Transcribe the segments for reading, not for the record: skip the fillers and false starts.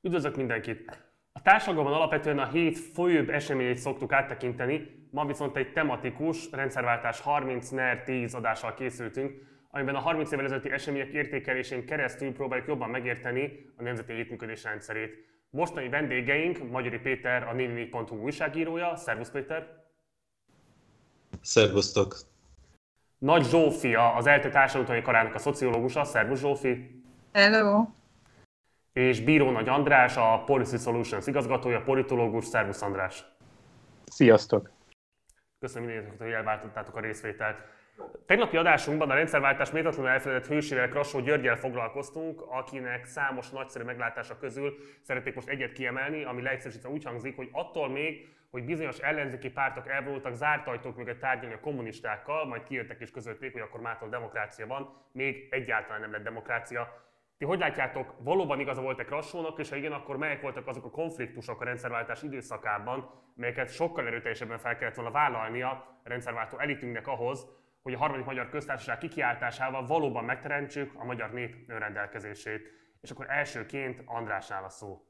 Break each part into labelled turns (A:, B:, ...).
A: Üdvözlök mindenkit! A társadalomban alapvetően a hét főbb eseményét szoktuk áttekinteni, ma viszont egy tematikus, rendszerváltás 30 NER 10 adással készültünk, amiben a 30 évvel ezelőtti események értékelésén keresztül próbáljuk jobban megérteni a nemzeti együttműködés rendszerét. Mostani vendégeink Magyari Péter, a 444.hu újságírója. Szervusz Péter!
B: Szervusztok!
A: Nagy Zsófia, az ELTE társadalomtani karának a szociológusa. Szervusz Zsófi!
C: Hello!
A: És Bíró Nagy András, a Policy Solutions igazgatója, politológus. Szervusz András!
D: Sziasztok!
A: Köszönöm mindenkinek, hogy elváltottátok a részvételt. Tegnapi adásunkban a rendszerváltás méltatlanul elfeledett hősével, Krassó Györggyel foglalkoztunk, akinek számos nagyszerű meglátása közül szeretnék most egyet kiemelni, ami leegyszerűsítve úgy hangzik, hogy attól még, hogy bizonyos ellenzéki pártok elvonultak zárt ajtók mögött tárgyalni a kommunistákkal, majd kijöttek és közölték, hogy akkor mától demokrácia van, még egyáltalán nem lett demokrácia. Ti hogy látjátok, valóban igaza volt-e Krassónak, és ha igen, akkor melyek voltak azok a konfliktusok a rendszerváltás időszakában, melyeket sokkal erőteljesebben fel kellett volna vállalnia a rendszerváltó elitünknek ahhoz, hogy a harmadik magyar köztársaság kikiáltásával valóban megteremtsük a magyar nép önrendelkezését. És akkor elsőként Andrásnál a szó.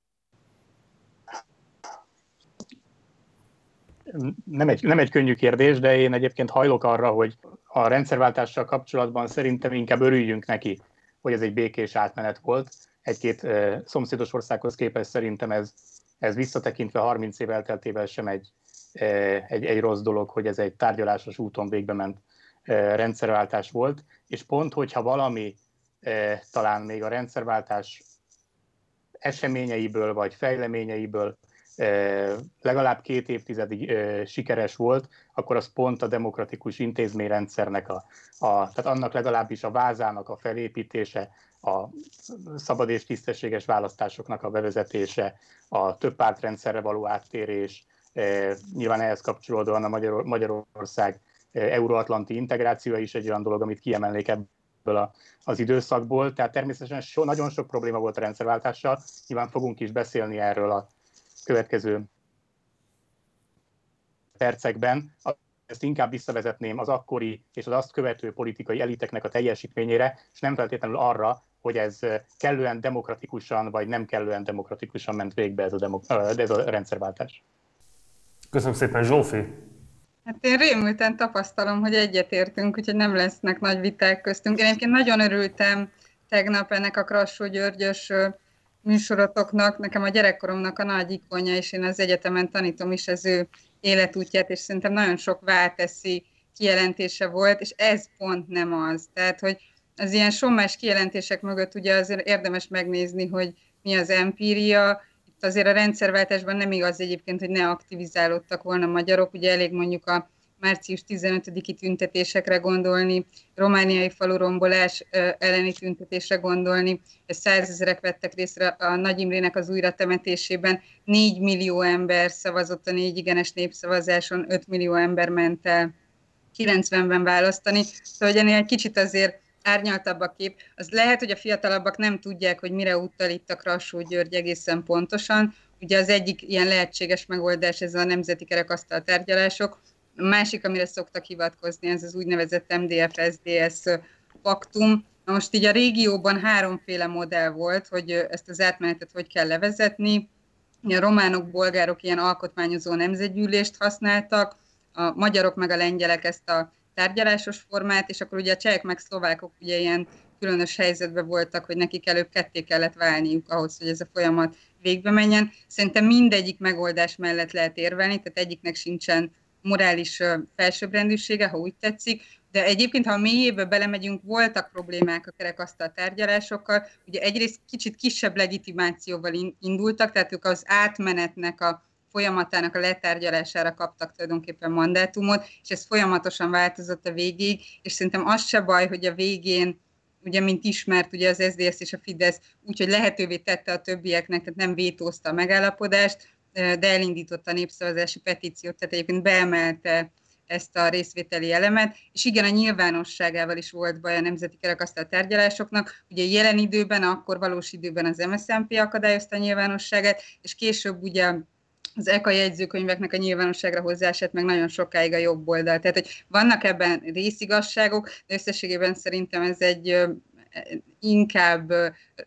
D: Nem egy könnyű kérdés, de én egyébként hajlok arra, hogy a rendszerváltással kapcsolatban szerintem inkább örüljünk neki, hogy ez egy békés átmenet volt. Egy-két szomszédos országhoz képest szerintem ez visszatekintve 30 év elteltével sem egy rossz dolog, hogy ez egy tárgyalásos úton végbe ment rendszerváltás volt, és pont, hogyha valami talán még a rendszerváltás eseményeiből vagy fejleményeiből legalább 2 évtizedig sikeres volt, akkor az pont a demokratikus intézményrendszernek, tehát annak legalábbis a vázának a felépítése, a szabad és tisztességes választásoknak a bevezetése, a több pártrendszerre való áttérés, nyilván ehhez kapcsolódóan a Magyarország euróatlanti integrációja is egy olyan dolog, amit kiemelnék ebből az időszakból. Tehát természetesen nagyon sok probléma volt a rendszerváltással, nyilván fogunk is beszélni erről a következő percekben. Ezt inkább visszavezetném az akkori és az azt követő politikai eliteknek a teljesítményére, és nem feltétlenül arra, hogy ez kellően demokratikusan vagy nem kellően demokratikusan ment végbe ez a rendszerváltás.
A: Köszönöm szépen, Zsófi!
C: Hát én rémülten tapasztalom, hogy egyetértünk, úgyhogy nem lesznek nagy viták köztünk. Én egyébként nagyon örültem tegnap ennek a Krassó Györgyös műsorotoknak. Nekem a gyerekkoromnak a nagy ikonja, és én az egyetemen tanítom is az ő életútját, és szerintem nagyon sok válteszi kijelentése volt, és ez pont nem az. Tehát, hogy az ilyen sommás kijelentések mögött ugye azért érdemes megnézni, hogy mi az empíria. Itt azért a rendszerváltásban nem igaz egyébként, hogy ne aktivizálódtak volna magyarok, ugye elég mondjuk a március 15-i tüntetésekre gondolni, romániai falurombolás elleni tüntetésre gondolni, 100 000-ek vettek részt a Nagy Imrének az újratemetésében, 4 millió ember szavazott a 4 igenes népszavazáson, 5 millió ember ment el 90-ben választani, szóval ennél egy kicsit azért árnyaltabb a kép. Az lehet, hogy a fiatalabbak nem tudják, hogy mire utal itt a Krassó György egészen pontosan. Ugye az egyik ilyen lehetséges megoldás, ez a nemzeti kerekasztal tárgyalások. A másik, amire szoktak hivatkozni, ez az úgynevezett MDF-SZDSZ paktum. Na most így a régióban 3 modell volt, hogy ezt az átmenetet hogy kell levezetni. A románok, bolgárok ilyen alkotmányozó nemzetgyűlést használtak, a magyarok meg a lengyelek ezt a tárgyalásos formát, és akkor ugye a csehek meg szlovákok ugye ilyen különös helyzetben voltak, hogy nekik előbb ketté kellett válniuk ahhoz, hogy ez a folyamat végbe menjen. Szerintem mindegyik megoldás mellett lehet érvelni, tehát egyiknek sincsen morális felsőbbrendűsége, ha úgy tetszik, de egyébként, ha a mélyébe belemegyünk, voltak problémák a kerekasztal tárgyalásokkal, ugye egyrészt kicsit kisebb legitimációval indultak, tehát ők az átmenetnek a folyamatának a letárgyalására kaptak tulajdonképpen mandátumot, és ez folyamatosan változott a végig, és szerintem az se baj, hogy a végén, ugye mint ismert, ugye az SZDSZ és a Fidesz úgyhogy lehetővé tette a többieknek, tehát nem vétózta a megállapodást, de elindította a népszavazási petíciót, tehát egyébként beemelte ezt a részvételi elemet, és igen, a nyilvánosságával is volt baj a nemzeti kerekasztal tárgyalásoknak. Ugye jelen időben, akkor valós időben az MSZNP akadályozta a nyilvánosságát, és később ugye az EKA jegyzőkönyveknek a nyilvánosságra hozását meg nagyon sokáig a jobb oldal. Tehát, hogy vannak ebben részigazságok, de összességében szerintem ez egy inkább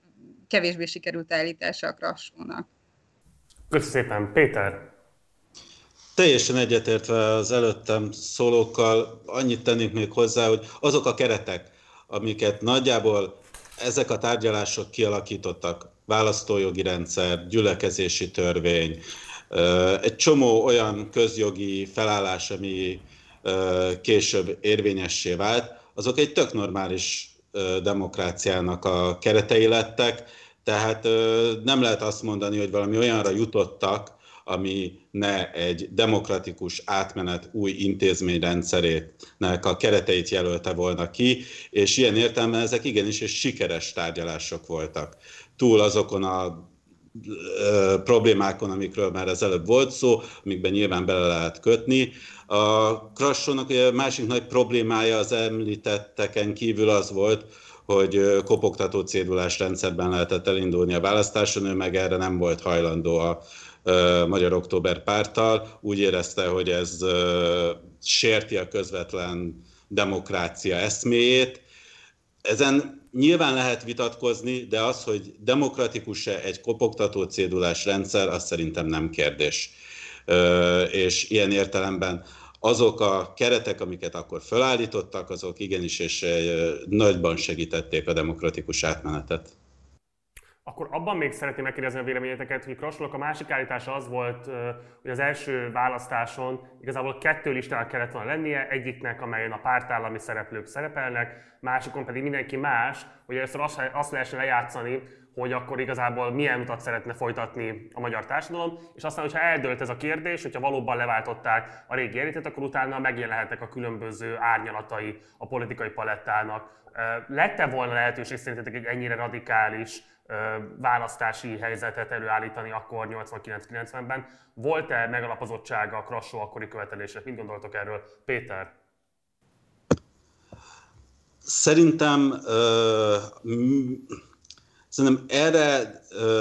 C: kevésbé sikerült állítása a Krassónak.
A: Köszönöm szépen, Péter!
B: Teljesen egyetértve az előttem szólókkal, annyit tennék még hozzá, hogy azok a keretek, amiket nagyjából ezek a tárgyalások kialakítottak, választójogi rendszer, gyülekezési törvény, egy csomó olyan közjogi felállás, ami később érvényessé vált, azok egy tök normális demokráciának a keretei lettek, tehát nem lehet azt mondani, hogy valami olyanra jutottak, ami ne egy demokratikus átmenet új intézményrendszerének a kereteit jelölte volna ki, és ilyen értelemben ezek igenis és sikeres tárgyalások voltak. Túl azokon a problémákon, amikről már az előbb volt szó, amikben nyilván bele lehet kötni. A Krassónak a másik nagy problémája az említetteken kívül az volt, hogy kopogtató cédulás rendszerben lehetett elindulni a választáson, ő meg erre nem volt hajlandó a Magyar Október Párttal. Úgy érezte, hogy ez sérti a közvetlen demokrácia eszméjét. Ezen nyilván lehet vitatkozni, de az, hogy demokratikus-e egy kopogtató cédulás rendszer, az szerintem nem kérdés. És ilyen értelemben azok a keretek, amiket akkor felállítottak, azok igenis és nagyban segítették a demokratikus átmenetet.
A: Akkor abban még szeretném megkérdezni a véleményeteket, hogy Krassónak a másik állítása az volt, hogy az első választáson igazából 2 listának kellett volna lennie, egyiknek, amelyen a pártállami szereplők szerepelnek, másikon pedig mindenki más, hogy először azt lehessen lejátszani, hogy akkor igazából milyen utat szeretne folytatni a magyar társadalom, és aztán, hogyha eldőlt ez a kérdés, hogyha valóban leváltották a régi elitet, akkor utána megjelenhetnek a különböző árnyalatai a politikai palettának. Lett-e volna lehetőség szerintetek egy ennyire radikális választási helyzetet előállítani akkor 89-90-ben? Volt-e megalapozottsága a Krassó akkori követelések? Mit gondoltok erről? Péter?
B: Szerintem erre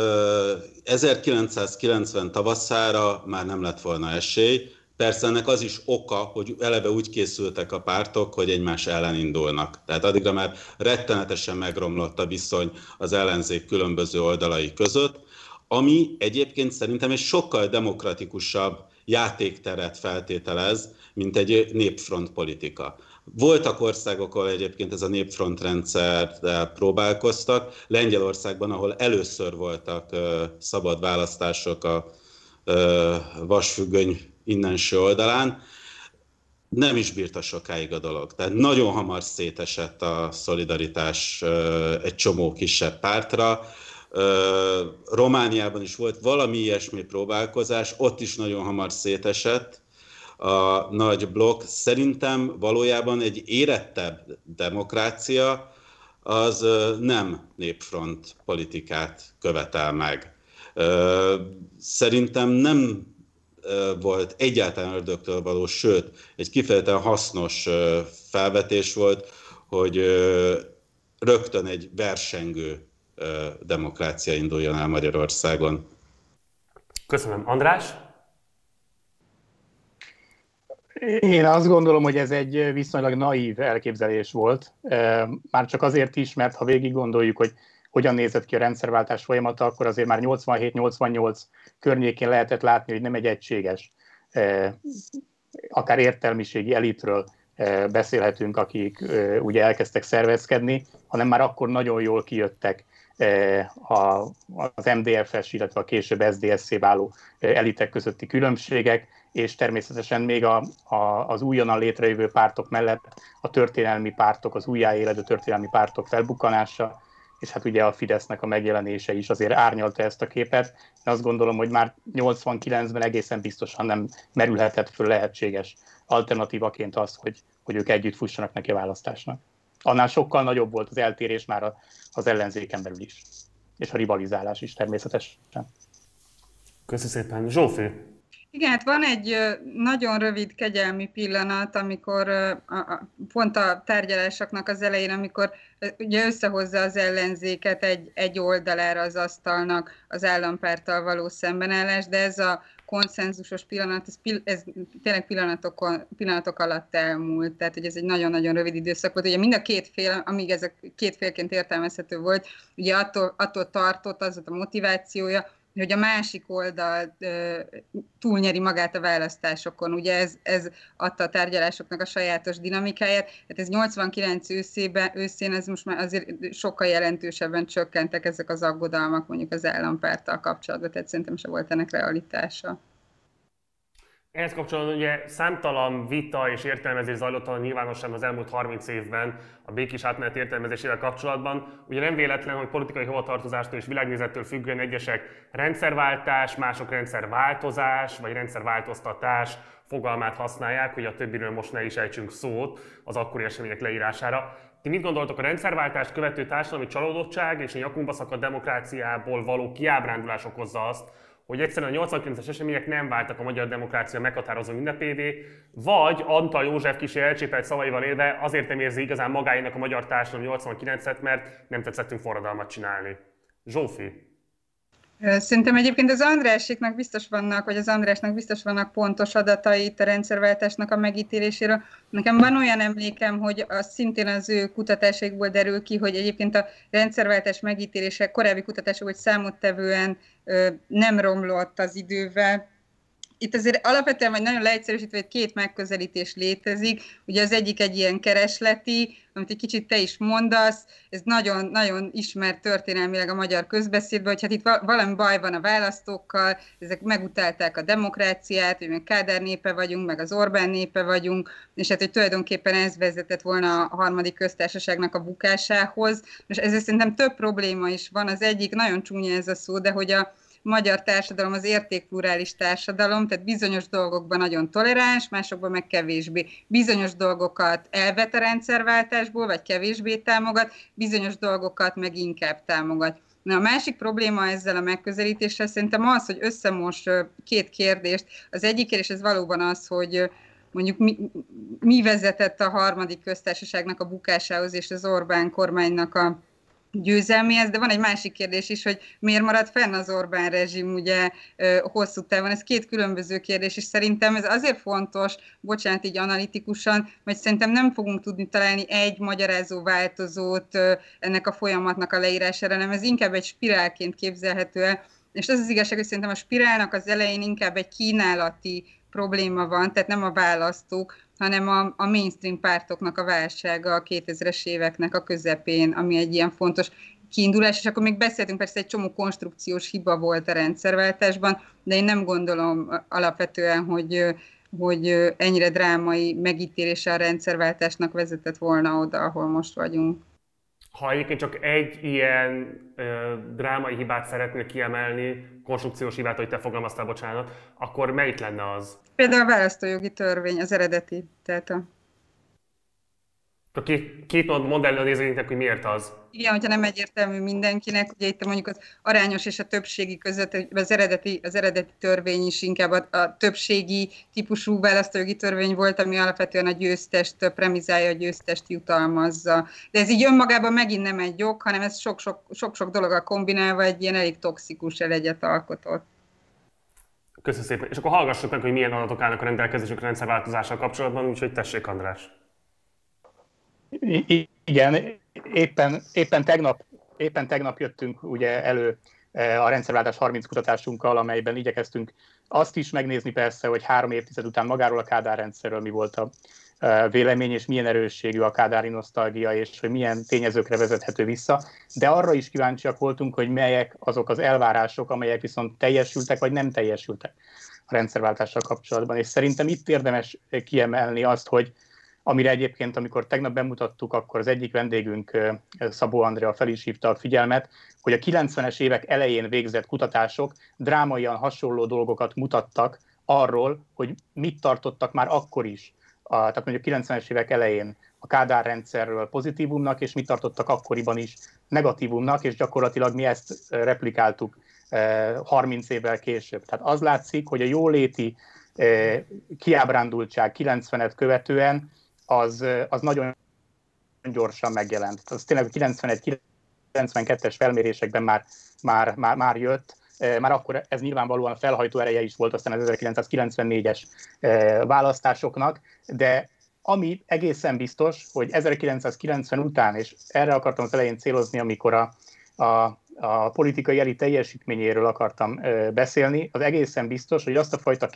B: 1990 tavaszára már nem lett volna esély. Persze ennek az is oka, hogy eleve úgy készültek a pártok, hogy egymás ellen indulnak. Tehát addigra már rettenetesen megromlott a viszony az ellenzék különböző oldalai között, ami egyébként szerintem egy sokkal demokratikusabb játékteret feltételez, mint egy népfront politika. Voltak országok, ahol egyébként ez a népfront rendszerrel próbálkoztak. Lengyelországban, ahol először voltak szabad választások a vasfüggöny innenső oldalán, nem is bírta sokáig a dolog. Tehát nagyon hamar szétesett a szolidaritás egy csomó kisebb pártra. Romániában is volt valami ilyesmi próbálkozás, ott is nagyon hamar szétesett a nagy blokk. Szerintem valójában egy érettebb demokrácia az nem népfront politikát követel meg. Szerintem nem volt egyáltalán ördögtől való, sőt, egy kifejezetten hasznos felvetés volt, hogy rögtön egy versengő demokrácia induljon el Magyarországon.
A: Köszönöm. András?
D: Én azt gondolom, hogy ez egy viszonylag naív elképzelés volt. Már csak azért is, mert ha végig gondoljuk, hogy hogyan nézett ki a rendszerváltás folyamata, akkor azért már 87-88 környékén lehetett látni, hogy nem egy egységes, akár értelmiségi elitről beszélhetünk, akik ugye elkezdtek szervezkedni, hanem már akkor nagyon jól kijöttek az MDF-es, illetve a később SZDSZ-szé váló elitek közötti különbségek, és természetesen még az újonnan létrejövő pártok mellett a történelmi pártok, az újjáéledő történelmi pártok felbukkanása, és hát ugye a Fidesznek a megjelenése is azért árnyalta ezt a képet. Én azt gondolom, hogy már 89-ben egészen biztosan nem merülhetett föl lehetséges alternatívaként az, hogy ők együtt fussanak neki a választásnak. Annál sokkal nagyobb volt az eltérés már az ellenzéken belül is, és a rivalizálás is természetesen.
A: Köszönöm szépen. Zsófi?
C: Igen, hát van egy nagyon rövid kegyelmi pillanat, amikor pont a tárgyalásoknak az elején, amikor ugye összehozza az ellenzéket egy oldalára az asztalnak az állampárttal való szembenállás, de ez a konszenzusos pillanat, ez tényleg pillanatok alatt elmúlt, tehát hogy ez egy nagyon-nagyon rövid időszak volt. Ugye mind a két fél, amíg ez a két félként értelmezhető volt, ugye attól tartott, az volt a motivációja, hogy a másik oldal túlnyeri magát a választásokon. Ugye ez adta a tárgyalásoknak a sajátos dinamikáját. Hát ez 89 őszén ez most már azért sokkal jelentősebben csökkentek ezek az aggodalmak mondjuk az állampárttal kapcsolatban, tehát szerintem se volt ennek realitása.
A: Ehhez kapcsolatban ugye számtalan vita és értelmezés zajlott a nyilvánosságban az elmúlt 30 évben a békés átmenet értelmezésével kapcsolatban. Ugye nem véletlen, hogy politikai hovatartozástól és világnézettől függően egyesek rendszerváltás, mások rendszerváltozás vagy rendszerváltoztatás fogalmát használják, hogy a többiről most ne is ejtsünk szót az akkori események leírására. Ti mit gondoltok, a rendszerváltást követő társadalmi csalódottság és a nyakunkba szakadt demokráciából való kiábrándulás okozza azt, hogy egyszerűen a 89-es események nem váltak a magyar demokrácia meghatározó ünnepévé, vagy Antal József kis elcsépelt szavaival élve azért nem érzi igazán magáénak a magyar társadalom 89-et, mert nem tetszettünk forradalmat csinálni. Zsófi?
C: Szerintem egyébként az Andráséknak biztos vannak, vagy az Andrásnak biztos vannak pontos adatai itt a rendszerváltásnak a megítéléséről. Nekem van olyan emlékem, hogy az szintén az ő kutatásaikból derül ki, hogy egyébként a rendszerváltás megítélése korábbi kutatások, hogy számottevően nem romlott az idővel. Itt azért alapvetően, vagy nagyon leegyszerűsítve, hogy két megközelítés létezik. Ugye az egyik egy ilyen keresleti, amit egy kicsit te is mondasz, ez nagyon ismert történelmileg a magyar közbeszédben, hogy hát itt valami baj van a választókkal, ezek megutálták a demokráciát, hogy meg Kádár népe vagyunk, meg az Orbán népe vagyunk, és hát hogy tulajdonképpen ez vezetett volna a harmadik köztársaságnak a bukásához. És ezzel szerintem több probléma is van. Az egyik, nagyon csúnya ez a szó, de hogy a magyar társadalom az értékplurális társadalom, tehát bizonyos dolgokban nagyon toleráns, másokban meg kevésbé. Bizonyos dolgokat elvet a rendszerváltásból, vagy kevésbé támogat, bizonyos dolgokat meg inkább támogat. Na, a másik probléma ezzel a megközelítéssel szerintem az, hogy összemos két kérdést. Az egyik kérdés ez valóban az, hogy mondjuk mi vezetett a harmadik köztársaságnak a bukásához és az Orbán kormánynak a győzelméhez, de van egy másik kérdés is, hogy miért maradt fenn az Orbán rezsim ugye hosszú távon. Ez két különböző kérdés, és szerintem ez azért fontos, bocsánat, így analitikusan, mert szerintem nem fogunk tudni találni egy magyarázó változót ennek a folyamatnak a leírására, hanem ez inkább egy spirálként képzelhető el. És az az igazság, hogy szerintem a spirálnak az elején inkább egy kínálati probléma van, tehát nem a választók, hanem a mainstream pártoknak a válsága a 2000-es éveknek a közepén, ami egy ilyen fontos kiindulás, és akkor még beszéltünk, persze egy csomó konstrukciós hiba volt a rendszerváltásban, de én nem gondolom alapvetően, hogy ennyire drámai megítélése a rendszerváltásnak vezetett volna oda, ahol most vagyunk.
A: Ha egyébként csak egy ilyen drámai hibát szeretnél kiemelni, konstrukciós hibát, hogy te fogalmaztál, bocsánat, akkor melyik lenne az?
C: Például a választójogi törvény, az eredeti. Tehát
A: két mondd el a nézőinknek, hogy miért az.
C: Igen, hogyha nem egyértelmű mindenkinek, ugye itt mondjuk az arányos és a többségi között, az eredeti törvény is inkább a többségi típusú választójogi törvény volt, ami alapvetően a győztest premizálja, a győztest jutalmazza. De ez így önmagában megint nem egy jog, hanem ez sok-sok dologgal kombinálva egy ilyen elég toxikus elegyet alkotott.
A: Köszönöm szépen. És akkor hallgassuk meg, hogy milyen adatok állnak a rendelkezésükre a rendszerváltozással kapcsolatban, úgyhogy tessék, András.
D: Igen, éppen tegnap jöttünk ugye elő a rendszerváltás 30 kutatásunkkal, amelyben igyekeztünk azt is megnézni persze, hogy 3 évtized után magáról a Kádár rendszerről mi volt a vélemény, és milyen erősségű a kádári nosztalgia, és hogy milyen tényezőkre vezethető vissza, de arra is kíváncsiak voltunk, hogy melyek azok az elvárások, amelyek viszont teljesültek, vagy nem teljesültek a rendszerváltással kapcsolatban. És szerintem itt érdemes kiemelni azt, hogy amire egyébként, amikor tegnap bemutattuk, akkor az egyik vendégünk, Szabó Andrea fel is hívta a figyelmet, hogy a 90-es évek elején végzett kutatások drámaian hasonló dolgokat mutattak arról, hogy mit tartottak már akkor is, tehát mondjuk a 90-es évek elején a Kádár rendszerről pozitívumnak, és mit tartottak akkoriban is negatívumnak, és gyakorlatilag mi ezt replikáltuk 30 évvel később. Tehát az látszik, hogy a jóléti kiábrándultság 90-et követően az nagyon gyorsan megjelent. Az tényleg a 91-92-es felmérésekben már jött, már akkor ez nyilvánvalóan a felhajtó ereje is volt aztán az 1994-es választásoknak, de ami egészen biztos, hogy 1990 után, és erre akartam az elején célozni, amikor a politikai elit teljesítményéről akartam beszélni, az egészen biztos, hogy azt a fajta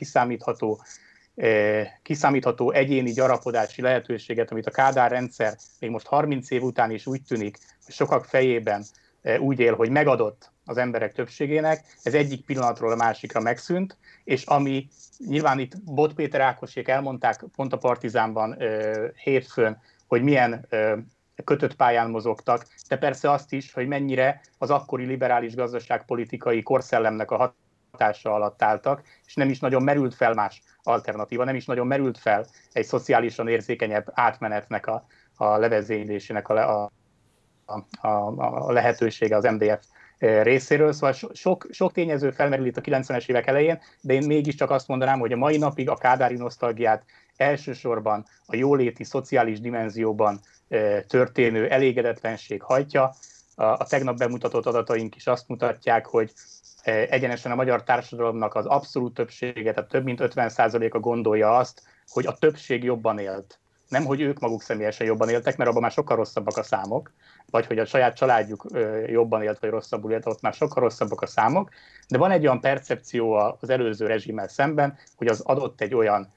D: kiszámítható egyéni gyarapodási lehetőséget, amit a Kádár rendszer még most 30 év után is úgy tűnik, hogy sokak fejében úgy él, hogy megadott az emberek többségének, ez egyik pillanatról a másikra megszűnt, és ami nyilván itt Bot Péter Ákosék elmondták pont a Partizánban hétfőn, hogy milyen kötött pályán mozogtak, de persze azt is, hogy mennyire az akkori liberális gazdaságpolitikai korszellemnek a hatása alatt álltak, és nem is nagyon merült fel más alternatíva, nem is nagyon merült fel egy szociálisan érzékenyebb átmenetnek a levezénylésének a lehetősége az MDF részéről. Szóval sok tényező felmerül itt a 90-es évek elején, de én mégiscsak azt mondanám, hogy a mai napig a kádári nosztalgiát elsősorban a jóléti, szociális dimenzióban történő elégedetlenség hajtja. A tegnap bemutatott adataink is azt mutatják, hogy egyenesen a magyar társadalomnak az abszolút többsége, tehát több mint 50%-a gondolja azt, hogy a többség jobban élt. Nem, hogy ők maguk személyesen jobban éltek, mert abban már sokkal rosszabbak a számok, vagy hogy a saját családjuk jobban élt, vagy rosszabbul élt, ott már sokkal rosszabbak a számok, de van egy olyan percepció az előző rezsimmel szemben, hogy az adott egy olyan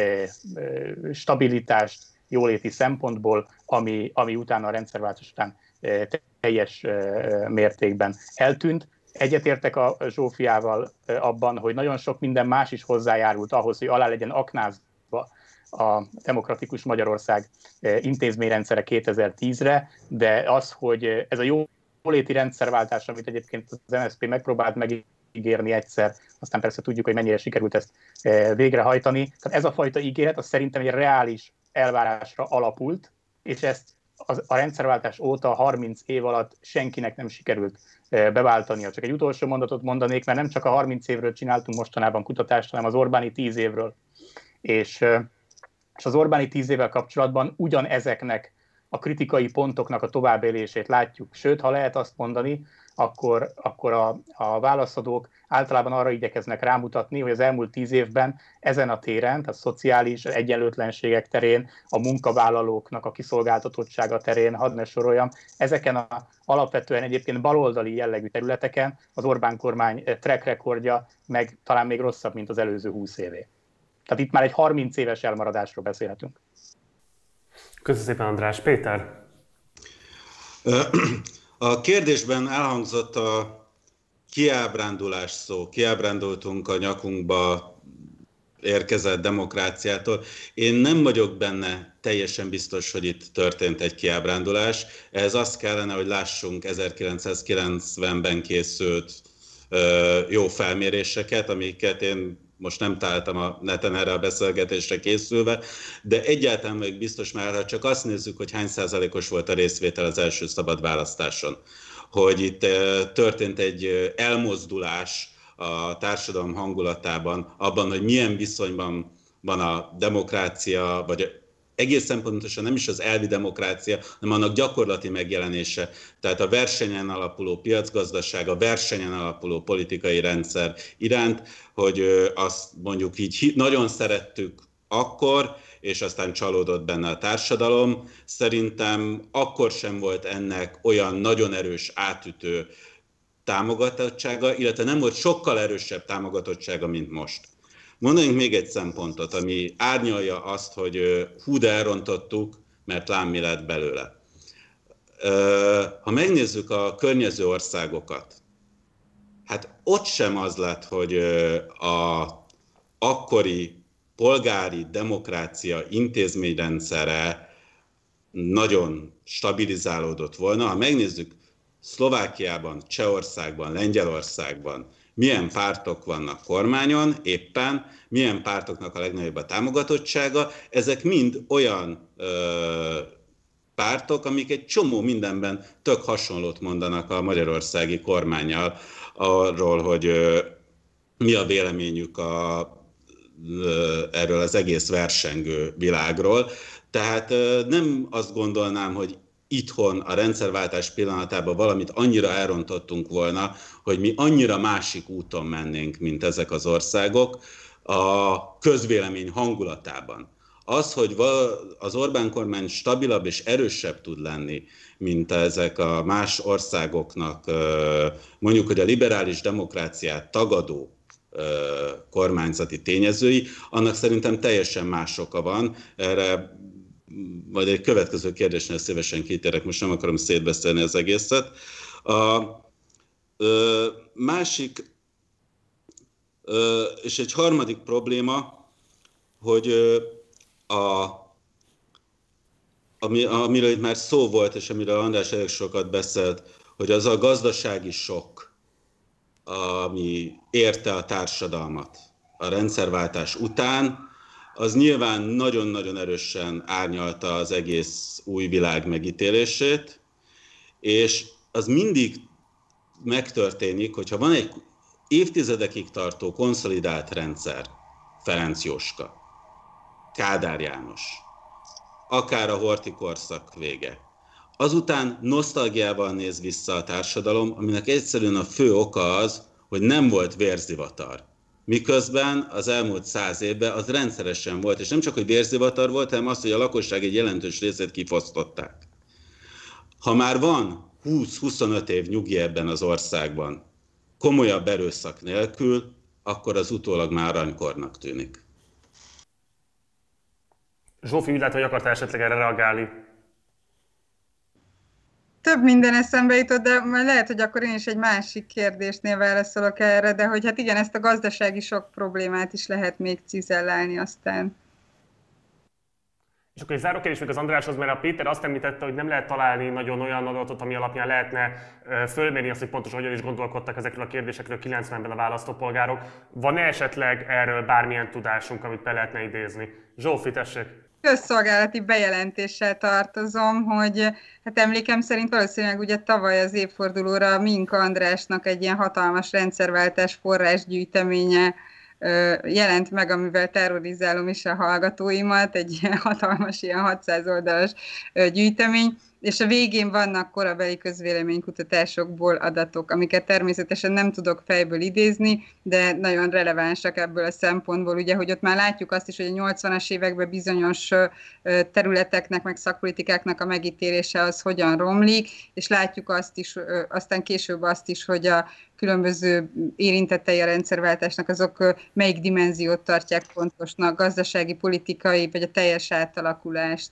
D: stabilitást jóléti szempontból, ami utána a rendszerváltás után teljes mértékben eltűnt. Egyetértek a Zsófiával abban, hogy nagyon sok minden más is hozzájárult ahhoz, hogy alá legyen aknázva a demokratikus Magyarország intézményrendszere 2010-re, de az, hogy ez a jóléti rendszerváltás, amit egyébként az MSZP megpróbált megígérni egyszer, aztán persze tudjuk, hogy mennyire sikerült ezt végrehajtani. Tehát ez a fajta ígéret, az szerintem egy reális elvárásra alapult, és ezt a rendszerváltás óta 30 év alatt senkinek nem sikerült beváltania. Csak egy utolsó mondatot mondanék, mert nem csak a 30 évről csináltunk mostanában kutatást, hanem az Orbáni 10 évről. És az Orbáni 10 évvel kapcsolatban ugyanezeknek a kritikai pontoknak a továbbélését látjuk. Sőt, ha lehet azt mondani, akkor a válaszadók általában arra igyekeznek rámutatni, hogy az elmúlt 10 évben ezen a téren, tehát szociális egyenlőtlenségek terén, a munkavállalóknak a kiszolgáltatottsága terén, hadd ne soroljam, ezeken a alapvetően egyébként baloldali jellegű területeken az Orbán kormány track rekordja meg talán még rosszabb, mint az előző 20 évé. Tehát itt már egy 30 éves elmaradásról beszélhetünk.
A: Köszönöm szépen, András. Péter?
B: A kérdésben elhangzott a kiábrándulás szó. Kiábrándultunk a nyakunkba érkezett demokráciától. Én nem vagyok benne teljesen biztos, hogy itt történt egy kiábrándulás. Ez azt kellene, hogy lássunk 1990-ben készült jó felméréseket, amiket én most nem találtam a neten erre a beszélgetésre készülve, de egyáltalán vagyok biztos már, ha csak azt nézzük, hogy hány százalékos volt a részvétel az első szabad választáson, hogy itt történt egy elmozdulás a társadalom hangulatában, abban, hogy milyen viszonyban van a demokrácia, vagy egészen pontosan nem is az elvi demokrácia, hanem annak gyakorlati megjelenése. Tehát a versenyen alapuló piacgazdaság, a versenyen alapuló politikai rendszer iránt, hogy azt mondjuk így nagyon szerettük akkor, és aztán csalódott benne a társadalom. Szerintem akkor sem volt ennek olyan nagyon erős átütő támogatottsága, illetve nem volt sokkal erősebb támogatottsága, mint most. Mondanék még egy szempontot, ami árnyalja azt, hogy hú, de elrontottuk, mert lám mi lett belőle. Ha megnézzük a környező országokat, hát ott sem az lett, hogy a akkori polgári demokrácia intézményrendszere nagyon stabilizálódott volna. Ha megnézzük Szlovákiában, Csehországban, Lengyelországban, milyen pártok vannak kormányon éppen, milyen pártoknak a legnagyobb a támogatottsága, ezek mind olyan pártok, amik egy csomó mindenben tök hasonlót mondanak a magyarországi kormánnyal arról, hogy mi a véleményük erről az egész versengő világról. Tehát nem azt gondolnám, hogy itthon a rendszerváltás pillanatában valamit annyira elrontottunk volna, hogy mi annyira másik úton mennénk, mint ezek az országok a közvélemény hangulatában. Az, hogy az Orbán kormány stabilabb és erősebb tud lenni, mint ezek a más országoknak, mondjuk, hogy a liberális demokráciát tagadó kormányzati tényezői, annak szerintem teljesen más oka van. Erre majd egy következő kérdésnél szívesen kitérek, most nem akarom szétbeszélni az egészet. A másik és egy harmadik probléma, hogy amiről itt már szó volt, és amiről András elég sokat beszélt, hogy az a gazdasági sok, ami érte a társadalmat a rendszerváltás után, az nyilván nagyon-nagyon erősen árnyalta az egész új világ megítélését, és az mindig megtörténik, hogyha van egy évtizedekig tartó konszolidált rendszer, Ferenc Jóska, Kádár János, akár a Horthy korszak vége. Azután nosztalgiával néz vissza a társadalom, aminek egyszerűen a fő oka az, hogy nem volt vérzivatar. Miközben az elmúlt 100 évben az rendszeresen volt, és nem csak, hogy vérzivatar volt, hanem az, hogy a lakosság egy jelentős részét kifosztották. Ha már van 20-25 év nyugi ebben az országban, komolyabb erőszak nélkül, akkor az utólag már aranykornak tűnik.
A: Zsófi, úgy látom, hogy akartál esetleg erre reagálni.
C: Több minden eszembe jutott, de majd lehet, hogy akkor én is egy másik kérdésnél válaszolok erre, de hogy hát igen, ezt a gazdasági sok problémát is lehet még cizellálni aztán.
A: És akkor egy záró kérdés még az Andráshoz, mert a Péter azt említette, hogy nem lehet találni nagyon olyan adatot, ami alapján lehetne fölmérni azt, hogy pontosan hogyan is gondolkodtak ezekről a kérdésekről 90-ben a választópolgárok. Van-e esetleg erről bármilyen tudásunk, amit be lehetne idézni? Zsófi, tessék!
C: Közszolgálati bejelentéssel tartozom, hogy hát emlékem szerint valószínűleg ugye tavaly az évfordulóra Minka Andrásnak egy ilyen hatalmas rendszerváltás forrásgyűjteménye jelent meg, amivel terrorizálom is a hallgatóimat, egy ilyen hatalmas, ilyen 600 oldalas gyűjtemény, és a végén vannak korabeli közvéleménykutatásokból adatok, amiket természetesen nem tudok fejből idézni, de nagyon relevánsak ebből a szempontból, ugye, hogy ott már látjuk azt is, hogy a 80-as években bizonyos területeknek, meg szakpolitikáknak a megítélése az hogyan romlik, és látjuk azt is, aztán később azt is, hogy a különböző érintettei a rendszerváltásnak azok melyik dimenziót tartják fontosnak, gazdasági, politikai, vagy a teljes átalakulást.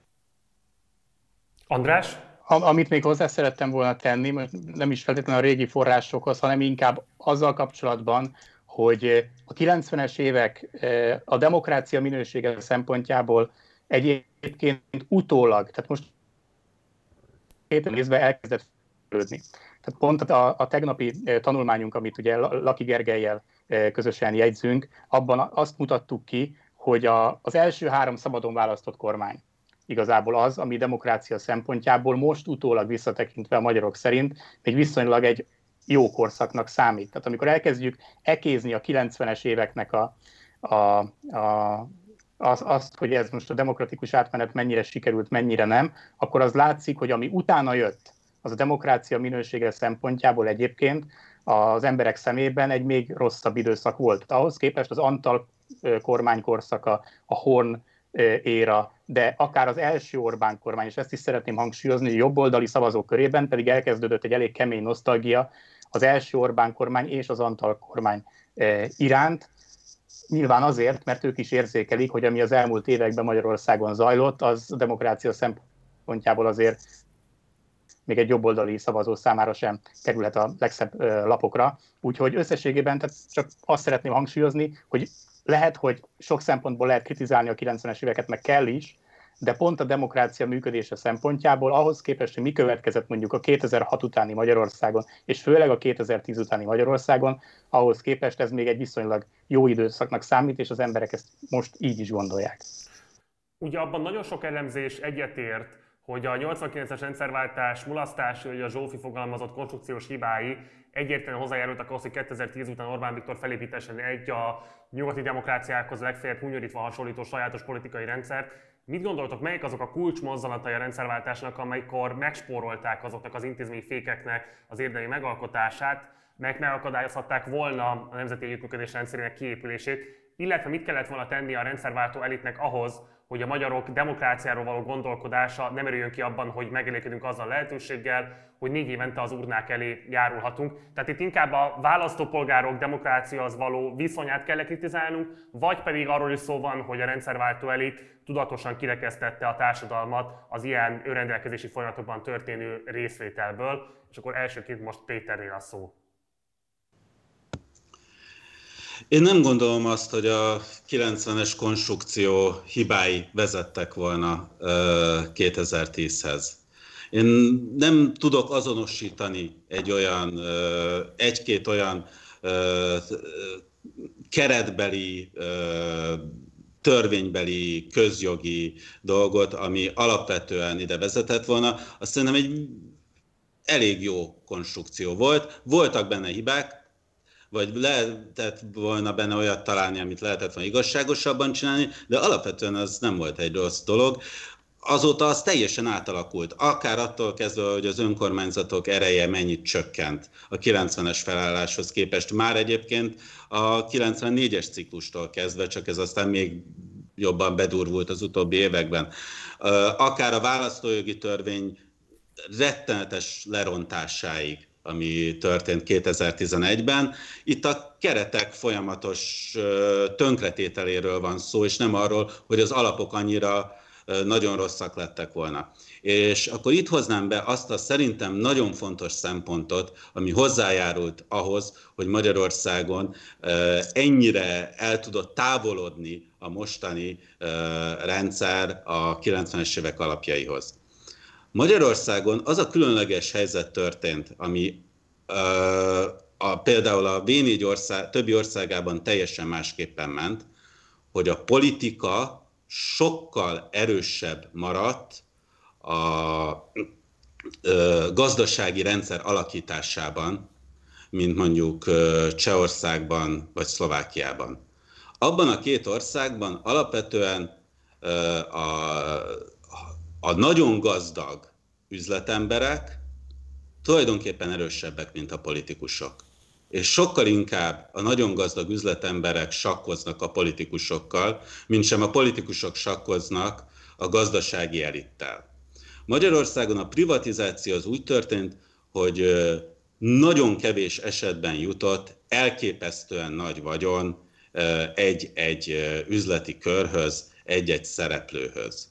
A: András?
D: Amit még hozzá szerettem volna tenni, nem is feltétlenül a régi forrásokhoz, hanem inkább azzal kapcsolatban, hogy a 90-es évek a demokrácia minősége szempontjából egyébként utólag, tehát most 2 évben elkezdett fejlődni. Tehát pont a tegnapi tanulmányunk, amit ugye Laki Gergellyel közösen jegyzünk, abban azt mutattuk ki, hogy az első 3 szabadon választott kormány igazából az, ami demokrácia szempontjából most utólag visszatekintve a magyarok szerint még viszonylag egy jó korszaknak számít. Tehát amikor elkezdjük ekézni a 90-es éveknek azt, hogy ez most a demokratikus átmenet mennyire sikerült, mennyire nem, akkor az látszik, hogy ami utána jött, az a demokrácia minősége szempontjából egyébként az emberek szemében egy még rosszabb időszak volt. Ahhoz képest az Antal kormánykorszaka, a Horn éra, de akár az első Orbán kormány, és ezt is szeretném hangsúlyozni, hogy jobboldali szavazók körében pedig elkezdődött egy elég kemény nosztalgia az első Orbán kormány és az Antal kormány iránt. Nyilván azért, mert ők is érzékelik, hogy ami az elmúlt években Magyarországon zajlott, az a demokrácia szempontjából azért még egy jobboldali szavazó számára sem kerülhet a legszebb lapokra. Úgyhogy összességében tehát csak azt szeretném hangsúlyozni, hogy lehet, hogy sok szempontból lehet kritizálni a 90-es éveket, meg kell is, de pont a demokrácia működése szempontjából ahhoz képest, hogy mi következett mondjuk a 2006 utáni Magyarországon, és főleg a 2010 utáni Magyarországon, ahhoz képest ez még egy viszonylag jó időszaknak számít, és az emberek ezt most így is gondolják.
A: Ugye abban nagyon sok elemzés egyetért, hogy a 89-es rendszerváltás mulasztása, hogy a Zsófi fogalmazott konstrukciós hibái egyértelműen hozzájárultak ahhoz, hogy 2010 után Orbán Viktor felépítessen egy a nyugati demokráciákhoz legfeljebb hunyorítva hasonlító sajátos politikai rendszert. Mit gondoltok, melyik azok a kulcsmozzanatai a rendszerváltásnak, amikor megspórolták azoknak az intézményi fékeknek az érdemi megalkotását, melyek megakadályozhatták volna a nemzeti együttműködés rendszerének kiépülését, illetve mit kellett volna tenni a rendszerváltó elitnek ahhoz, hogy a magyarok demokráciáról való gondolkodása nem erüljön ki abban, hogy megelégedünk azzal a lehetőséggel, hogy 4 évente az urnák elé járulhatunk. Tehát itt inkább a választópolgárok demokráciához való viszonyát kell kritizálnunk, vagy pedig arról is szó van, hogy a rendszerváltó elit tudatosan kirekesztette a társadalmat az ilyen önrendelkezési folyamatokban történő részvételből. És akkor elsőként most Péternél a szó.
B: Én nem gondolom azt, hogy a 90-es konstrukció hibái vezettek volna 2010-hez. Én nem tudok azonosítani egy-két olyan keretbeli, törvénybeli, közjogi dolgot, ami alapvetően ide vezetett volna. Azt szerintem egy elég jó konstrukció volt. Voltak benne hibák, vagy lehetett volna benne olyat találni, amit lehetett volna igazságosabban csinálni, de alapvetően az nem volt egy rossz dolog. Azóta az teljesen átalakult, akár attól kezdve, hogy az önkormányzatok ereje mennyit csökkent a 90-es felálláshoz képest. Már egyébként a 94-es ciklustól kezdve, csak ez aztán még jobban bedurvult az utóbbi években. Akár a választójogi törvény rettenetes lerontásáig, ami történt 2011-ben. Itt a keretek folyamatos tönkretételéről van szó, és nem arról, hogy az alapok annyira nagyon rosszak lettek volna. És akkor itt hoznám be azt a szerintem nagyon fontos szempontot, ami hozzájárult ahhoz, hogy Magyarországon ennyire el tudott távolodni a mostani rendszer a 90-es évek alapjaihoz. Magyarországon az a különleges helyzet történt, ami például a V4 többi országában teljesen másképpen ment, hogy a politika sokkal erősebb maradt a gazdasági rendszer alakításában, mint mondjuk Csehországban vagy Szlovákiában. Abban a két országban alapvetően a nagyon gazdag üzletemberek tulajdonképpen erősebbek, mint a politikusok. És sokkal inkább a nagyon gazdag üzletemberek sakkoznak a politikusokkal, mint sem a politikusok sakkoznak a gazdasági elittel. Magyarországon a privatizáció az úgy történt, hogy nagyon kevés esetben jutott elképesztően nagy vagyon egy-egy üzleti körhöz, egy-egy szereplőhöz.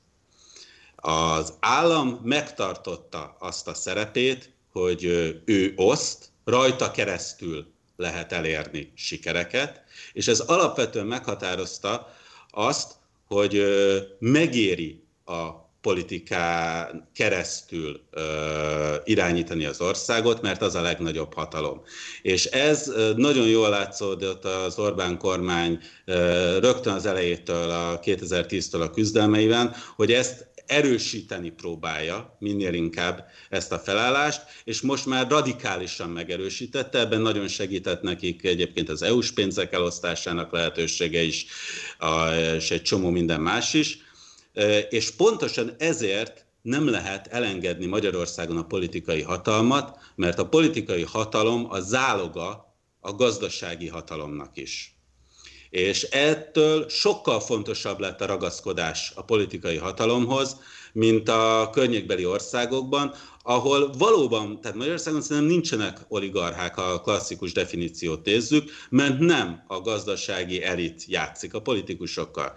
B: Az állam megtartotta azt a szerepét, hogy ő oszt, rajta keresztül lehet elérni sikereket, és ez alapvetően meghatározta azt, hogy megéri a politikán keresztül irányítani az országot, mert az a legnagyobb hatalom. És ez nagyon jól látszódott az Orbán kormány rögtön az elejétől, a 2010-től a küzdelmeiben, hogy ezt erősíteni próbálja minél inkább ezt a felállást, és most már radikálisan megerősítette, ebben nagyon segített nekik egyébként az EU-s pénzek elosztásának lehetősége is, és egy csomó minden más is, és pontosan ezért nem lehet elengedni Magyarországon a politikai hatalmat, mert a politikai hatalom a záloga a gazdasági hatalomnak is. És ettől sokkal fontosabb lett a ragaszkodás a politikai hatalomhoz, mint a környékbeli országokban, ahol valóban, tehát Magyarországon szerintem nincsenek oligarchák, ha a klasszikus definíciót nézzük, mert nem a gazdasági elit játszik a politikusokkal.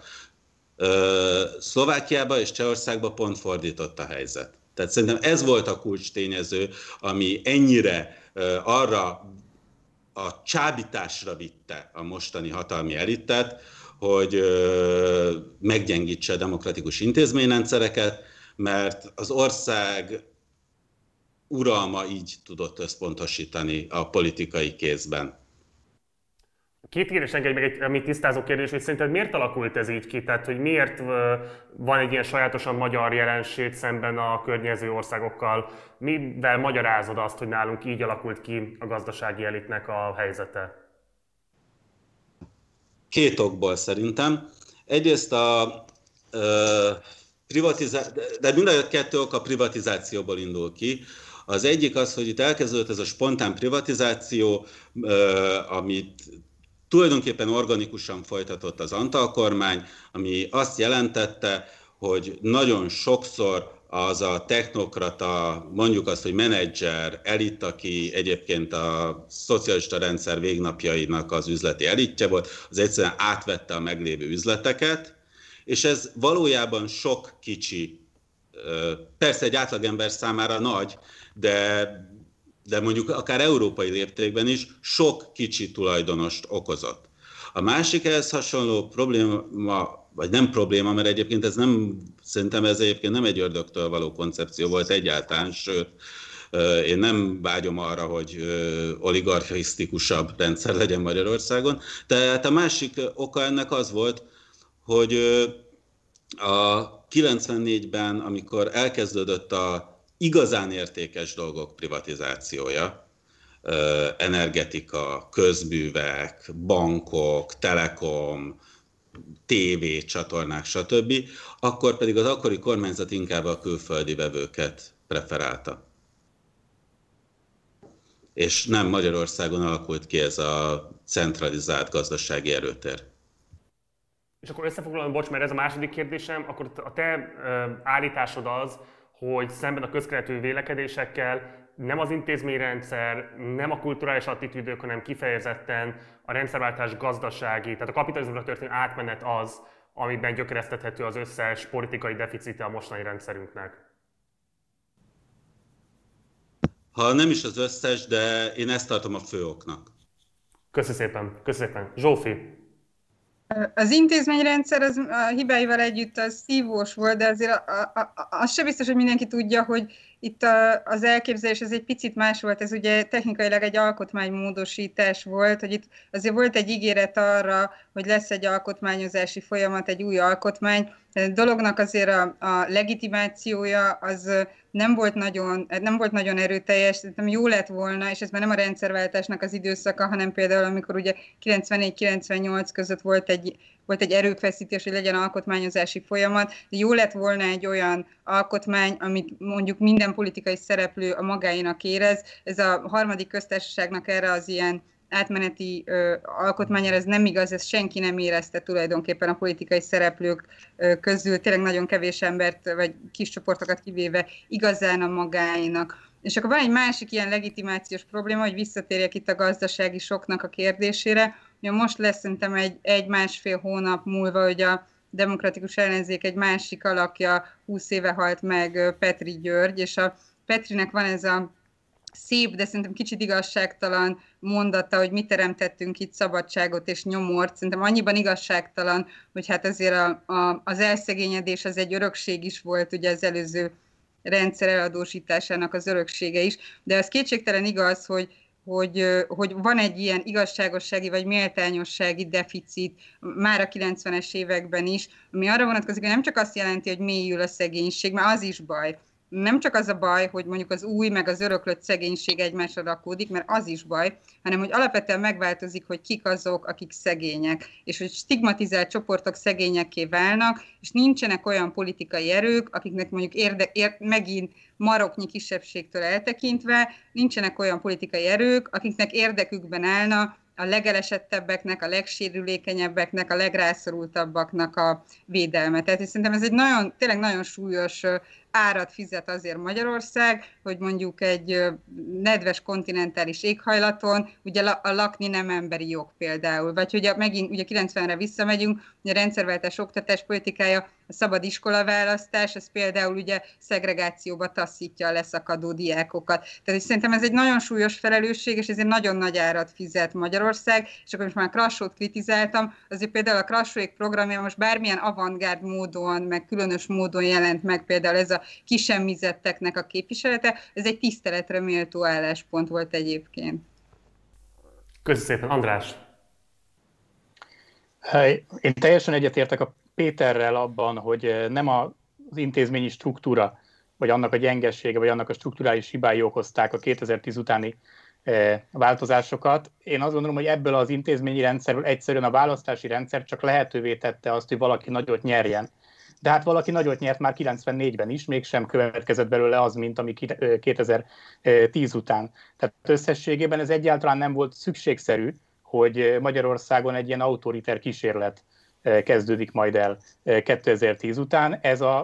B: Szlovákiában és Csehországban pont fordított a helyzet. Tehát szerintem ez volt a kulcstényező, ami ennyire arra a csábításra vitte a mostani hatalmi elitet, hogy meggyengítse a demokratikus intézményrendszereket, mert az ország uralma így tudott összpontosítani a politikai kézben.
A: Két kérdés engedj meg egy tisztázó kérdés, hogy szerinted miért alakult ez így ki? Tehát, hogy miért van egy ilyen sajátosan magyar jelenség szemben a környező országokkal? Mivel magyarázod azt, hogy nálunk így alakult ki a gazdasági elitnek a helyzete?
B: Két okból szerintem. Egyrészt de mind a kettő ok a privatizációból indul ki. Az egyik az, hogy itt elkezdődött ez a spontán privatizáció, amit tulajdonképpen organikusan folytatott az Antal kormány, ami azt jelentette, hogy nagyon sokszor az a technokrata, mondjuk azt, hogy menedzser, elit, aki egyébként a szocialista rendszer végnapjainak az üzleti elitje volt, az egyszerűen átvette a meglévő üzleteket, és ez valójában sok kicsi, persze egy átlagember számára nagy, de mondjuk akár európai léptékben is sok kicsi tulajdonost okozott. A másik ehhez hasonló probléma, vagy nem probléma, mert egyébként szerintem ez egyébként nem egy ördögtől való koncepció volt egyáltalán, sőt, én nem vágyom arra, hogy oligarchisztikusabb rendszer legyen Magyarországon. Tehát a másik oka ennek az volt, hogy a 94-ben, amikor elkezdődött a igazán értékes dolgok privatizációja, energetika, közművek, bankok, telekom, TV csatornák, stb., akkor pedig az akkori kormányzat inkább a külföldi vevőket preferálta. És nem Magyarországon alakult ki ez a centralizált gazdasági erőtér.
A: És akkor összefoglalom, bocs, mert ez a második kérdésem, akkor a te állításod az, hogy szemben a közkeletű vélekedésekkel nem az intézményrendszer, nem a kulturális attitűdök, hanem kifejezetten a rendszerváltás gazdasági, tehát a kapitalizmusra történő átmenet az, amiben gyökeresztethető az összes politikai deficite a mostani rendszerünknek.
B: Ha nem is az összes, de én ezt tartom a fő oknak.
A: Köszönöm szépen. Zsófi.
C: Az intézményrendszer az a hibáival együtt az szívós volt, de azért az sem biztos, hogy mindenki tudja, hogy itt az elképzelés ez egy picit más volt, ez ugye technikailag egy alkotmánymódosítás volt, hogy itt azért volt egy ígéret arra, hogy lesz egy alkotmányozási folyamat, egy új alkotmány. A dolognak azért a legitimációja az nem volt nagyon erőteljes, szerintem jó lett volna, és ez már nem a rendszerváltásnak az időszaka, hanem például amikor ugye 94-98 között volt egy erőfeszítés, hogy legyen alkotmányozási folyamat. Jó lett volna egy olyan alkotmány, amit mondjuk minden politikai szereplő a magáénak érez. Ez a harmadik köztársaságnak erre az ilyen átmeneti alkotmányára, ez nem igaz, ezt senki nem érezte tulajdonképpen a politikai szereplők közül, tényleg nagyon kevés embert, vagy kis csoportokat kivéve igazán a magáénak. És akkor van egy másik ilyen legitimációs probléma, hogy visszatérjek itt a gazdasági soknak a kérdésére. Ugye most lesz szerintem egy-másfél hónap múlva, hogy a demokratikus ellenzék egy másik alakja 20 éve halt meg, Petri György, és a Petrinek van ez a szép, de szerintem kicsit igazságtalan mondata, hogy mi teremtettünk itt szabadságot és nyomort. Szerintem annyiban igazságtalan, hogy hát azért az elszegényedés az egy örökség is volt, ugye az előző rendszer eladósításának az öröksége is, de az kétségtelen igaz, hogy van egy ilyen igazságossági vagy méltányossági deficit már a 90-es években is, ami arra vonatkozik, hogy nem csak azt jelenti, hogy mélyül a szegénység, mert az is baj. Nem csak az a baj, hogy mondjuk az új, meg az öröklött szegénység egymásra rakódik, mert az is baj, hanem hogy alapvetően megváltozik, hogy kik azok, akik szegények, és hogy stigmatizált csoportok szegényekké válnak, és nincsenek olyan politikai erők, akiknek mondjuk megint maroknyi kisebbségtől eltekintve, nincsenek olyan politikai erők, akiknek érdekükben állna a legelesettebbeknek, a legsérülékenyebbeknek, a legrászorultabbaknak a védelme. Tehát szerintem ez egy tényleg nagyon súlyos árat fizet azért Magyarország, hogy mondjuk egy nedves kontinentális éghajlaton, ugye a lakni nem emberi jog például, vagy hogy megint ugye 90-re visszamegyünk, ugye a rendszerváltás oktatás politikája, a szabad iskolaválasztás, ez például ugye szegregációba taszítja a leszakadó diákokat. Tehát szerintem ez egy nagyon súlyos felelősség, és ezért nagyon nagy árat fizet Magyarország, és akkor most már a Krassót kritizáltam, azért például a Krassóék programja most bármilyen avantgárd módon, meg különös módon jelent meg például ez a kisemmizetteknek a képviselete, ez egy tiszteletre méltó álláspont volt egyébként.
A: Köszönöm szépen, András!
D: Én teljesen egyetértek a Péterrel abban, hogy nem az intézményi struktúra, vagy annak a gyengessége, vagy annak a strukturális hibái okozták a 2010 utáni változásokat. Én azt gondolom, hogy ebből az intézményi rendszerből egyszerűen a választási rendszer csak lehetővé tette azt, hogy valaki nagyot nyerjen. De hát valaki nagyot nyert már 94-ben is, mégsem következett belőle az, mint ami 2010 után. Tehát összességében ez egyáltalán nem volt szükségszerű, hogy Magyarországon egy ilyen autoriter kísérlet kezdődik majd el 2010 után. Ez az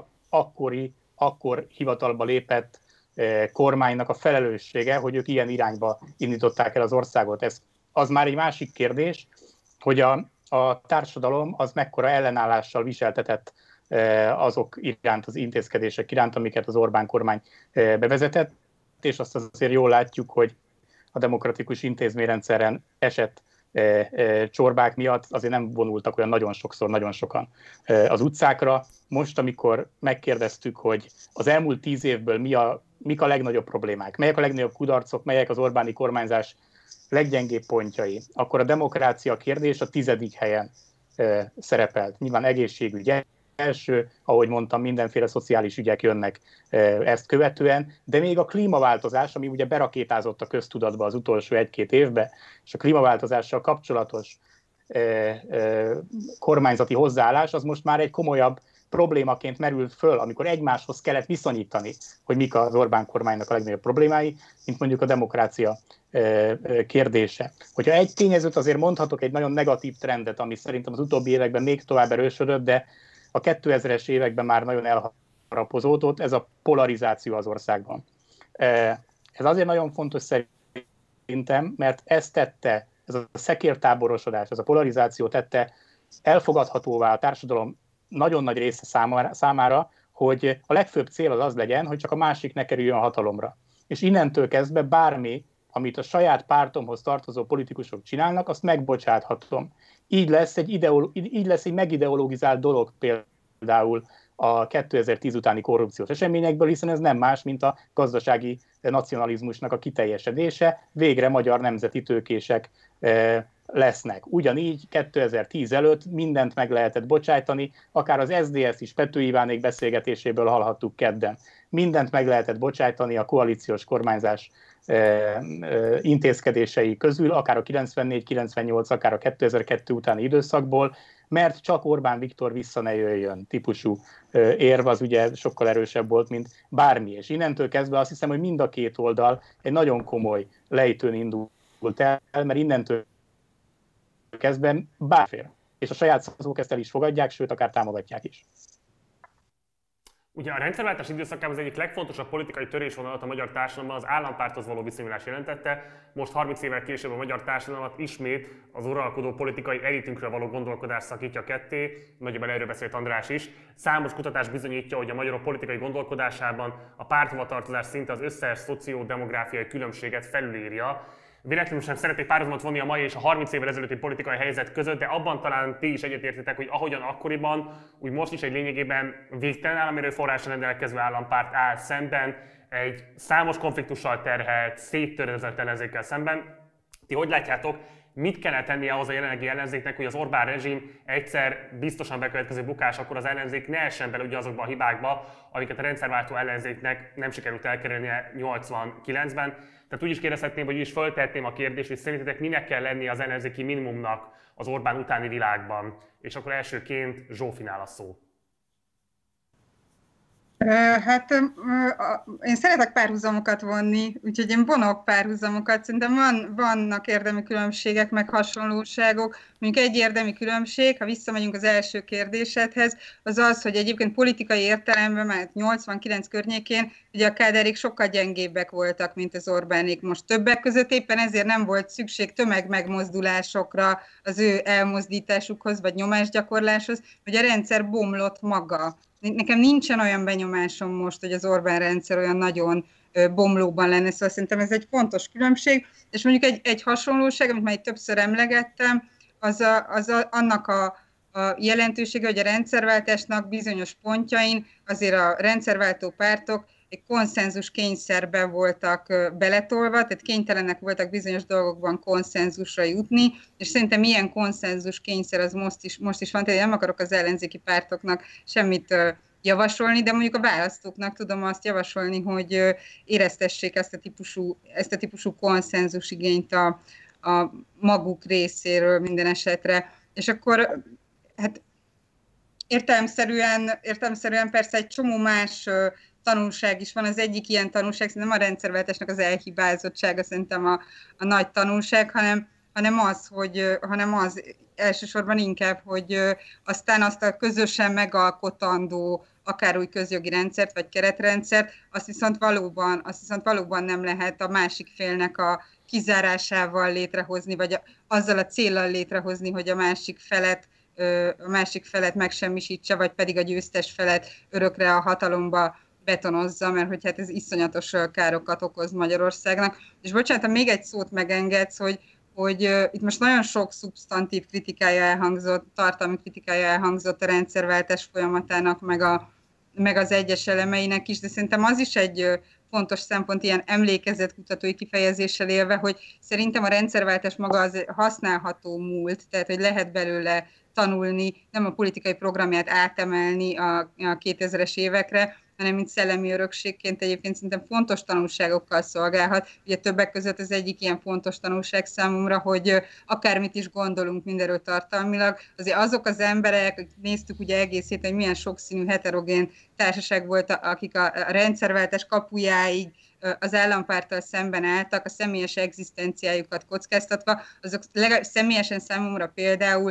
D: akkor hivatalba lépett kormánynak a felelőssége, hogy ők ilyen irányba indították el az országot. Az már egy másik kérdés, hogy a társadalom az mekkora ellenállással viseltetett azok iránt, az intézkedések iránt, amiket az Orbán kormány bevezetett, és azt azért jól látjuk, hogy a demokratikus intézményrendszeren esett csorbák miatt azért nem vonultak olyan nagyon sokszor, nagyon sokan az utcákra. Most, amikor megkérdeztük, hogy az elmúlt 10 évből mik a legnagyobb problémák, melyek a legnagyobb kudarcok, melyek az Orbáni kormányzás leggyengébb pontjai, akkor a demokrácia kérdés a 10. helyen szerepelt. Nyilván egészségügy első, ahogy mondtam, mindenféle szociális ügyek jönnek ezt követően, de még a klímaváltozás, ami ugye berakétázott a köztudatba az utolsó 1-2 évben, és a klímaváltozással kapcsolatos kormányzati hozzáállás, az most már egy komolyabb problémaként merült föl, amikor egymáshoz kellett viszonyítani, hogy mik az Orbán kormánynak a legnagyobb problémái, mint mondjuk a demokrácia kérdése. Hogyha egy tényezőt azért mondhatok, egy nagyon negatív trendet, ami szerintem az utóbbi években még tovább erősödött, de a 2000-es években már nagyon elharapozódott, ez a polarizáció az országban. Ez azért nagyon fontos szerintem, mert ez a szekértáborosodás, ez a polarizáció tette elfogadhatóvá a társadalom nagyon nagy része számára, hogy a legfőbb cél az legyen, hogy csak a másik ne kerüljön a hatalomra. És innentől kezdve bármi, amit a saját pártomhoz tartozó politikusok csinálnak, azt megbocsáthatom. Így lesz egy megideologizált dolog például a 2010 utáni korrupciós eseményekből, hiszen ez nem más, mint a gazdasági nacionalizmusnak a kiteljesedése. Végre magyar nemzeti tőkések lesznek. Ugyanígy 2010 előtt mindent meg lehetett bocsájtani, akár az SZDSZ is Pető Ivánék beszélgetéséből hallhattuk kedden. Mindent meg lehetett bocsájtani a koalíciós kormányzás intézkedései közül, akár a 94-98, akár a 2002 utáni időszakból, mert csak Orbán Viktor vissza ne jöjjön típusú érv, az ugye sokkal erősebb volt, mint bármi. És innentől kezdve azt hiszem, hogy mind a két oldal egy nagyon komoly lejtőn indult el, mert innentől kezdve bárfér. És a saját szavazók ezt el is fogadják, sőt, akár támogatják is.
A: Ugye a rendszerváltás időszakában az egyik legfontosabb politikai törésvonalat a magyar társadalomban az állampárthoz való viszonyulás jelentette. Most 30 évvel később a magyar társadalmat ismét az uralkodó politikai elitünkről való gondolkodás szakítja ketté, nagyjából erről beszélt András is. Számos kutatás bizonyítja, hogy a magyarok politikai gondolkodásában a párthovatartozás szinte az összes szociodemográfiai különbséget felülírja. Véletlenül sem szeretnék párhuzamot vonni a mai és a 30 évvel ezelőtti politikai helyzet között, de abban talán ti is egyetértitek, hogy ahogyan akkoriban, úgy most is egy lényegében végtelen állami erőforrással rendelkező állampárt áll szemben, egy számos konfliktussal terhelt, széttörözött ellenzékkel szemben. Ti hogy látjátok, mit kellene tennie ahhoz a jelenlegi ellenzéknek, hogy az Orbán rezsim egyszer biztosan bekövetkező bukás, akkor az ellenzék ne essen bele ugye azokba a hibákba, amiket a rendszerváltó ellenzéknek nem sikerült elkerülnie 89-ben. Tehát úgy is kérdezhetném, vagy úgy is föltehetném a kérdést, hogy szerintetek minek kell lennie az ellenzéki minimumnak az Orbán utáni világban. És akkor elsőként Zsófinál a szó.
C: Hát én szeretek párhuzamokat vonni, úgyhogy én vonok párhuzamokat. Szerintem vannak érdemi különbségek, meg hasonlóságok. Mondjuk egy érdemi különbség, ha visszamegyünk az első kérdésedhez, az az, hogy egyébként politikai értelemben már 89 környékén ugye a Kádárék sokkal gyengébbek voltak, mint az Orbánék most többek között. Éppen ezért nem volt szükség tömegmegmozdulásokra az ő elmozdításukhoz, vagy nyomásgyakorláshoz, hogy a rendszer bomlott maga. Nekem nincsen olyan benyomásom most, hogy az Orbán rendszer olyan nagyon bomlóban lenne, szóval szerintem ez egy fontos különbség, és mondjuk egy hasonlóság, amit már itt többször emlegettem, annak a jelentősége, hogy a rendszerváltásnak bizonyos pontjain azért a rendszerváltó pártok egy konszenzus kényszerbe voltak beletolva, tehát kénytelenek voltak bizonyos dolgokban konszenzusra jutni, és szerintem ilyen konszenzus kényszer az most is van, tehát nem akarok az ellenzéki pártoknak semmit javasolni, de mondjuk a választóknak tudom azt javasolni, hogy éreztessék ezt a típusú konszenzusigényt a maguk részéről minden esetre. És akkor hát értelemszerűen persze egy csomó más tanulság is van. Az egyik ilyen tanulság, szerintem a rendszerváltásnak az elhibázottsága szerintem a nagy tanulság, hanem az elsősorban inkább, hogy aztán azt a közösen megalkotandó akár új közjogi rendszert, vagy keretrendszert, azt viszont valóban nem lehet a másik félnek a kizárásával létrehozni, vagy azzal a céllal létrehozni, hogy a másik felet megsemmisítse, vagy pedig a győztes felet örökre a hatalomba betonozza, mert hogy hát ez iszonyatos károkat okoz Magyarországnak. És bocsánat, ha még egy szót megengedsz, hogy itt most nagyon sok szubstantív kritikája elhangzott, tartalmi kritikája elhangzott a rendszerváltás folyamatának, meg az egyes elemeinek is, de szerintem az is egy fontos szempont, ilyen emlékezetkutatói kifejezéssel élve, hogy szerintem a rendszerváltás maga az használható múlt, tehát hogy lehet belőle tanulni, nem a politikai programját átemelni a 2000-es évekre, hanem mint szellemi örökségként egyébként szerintem fontos tanulságokkal szolgálhat. Ugye többek között az egyik ilyen fontos tanulság számomra, hogy akármit is gondolunk mindenről tartalmilag, azért azok az emberek, akik néztük ugye egész héten, hogy milyen sokszínű, heterogén társaság volt, akik a rendszerváltás kapujáig az állampárttal szemben álltak, a személyes egzisztenciájukat kockáztatva, azok személyesen számomra például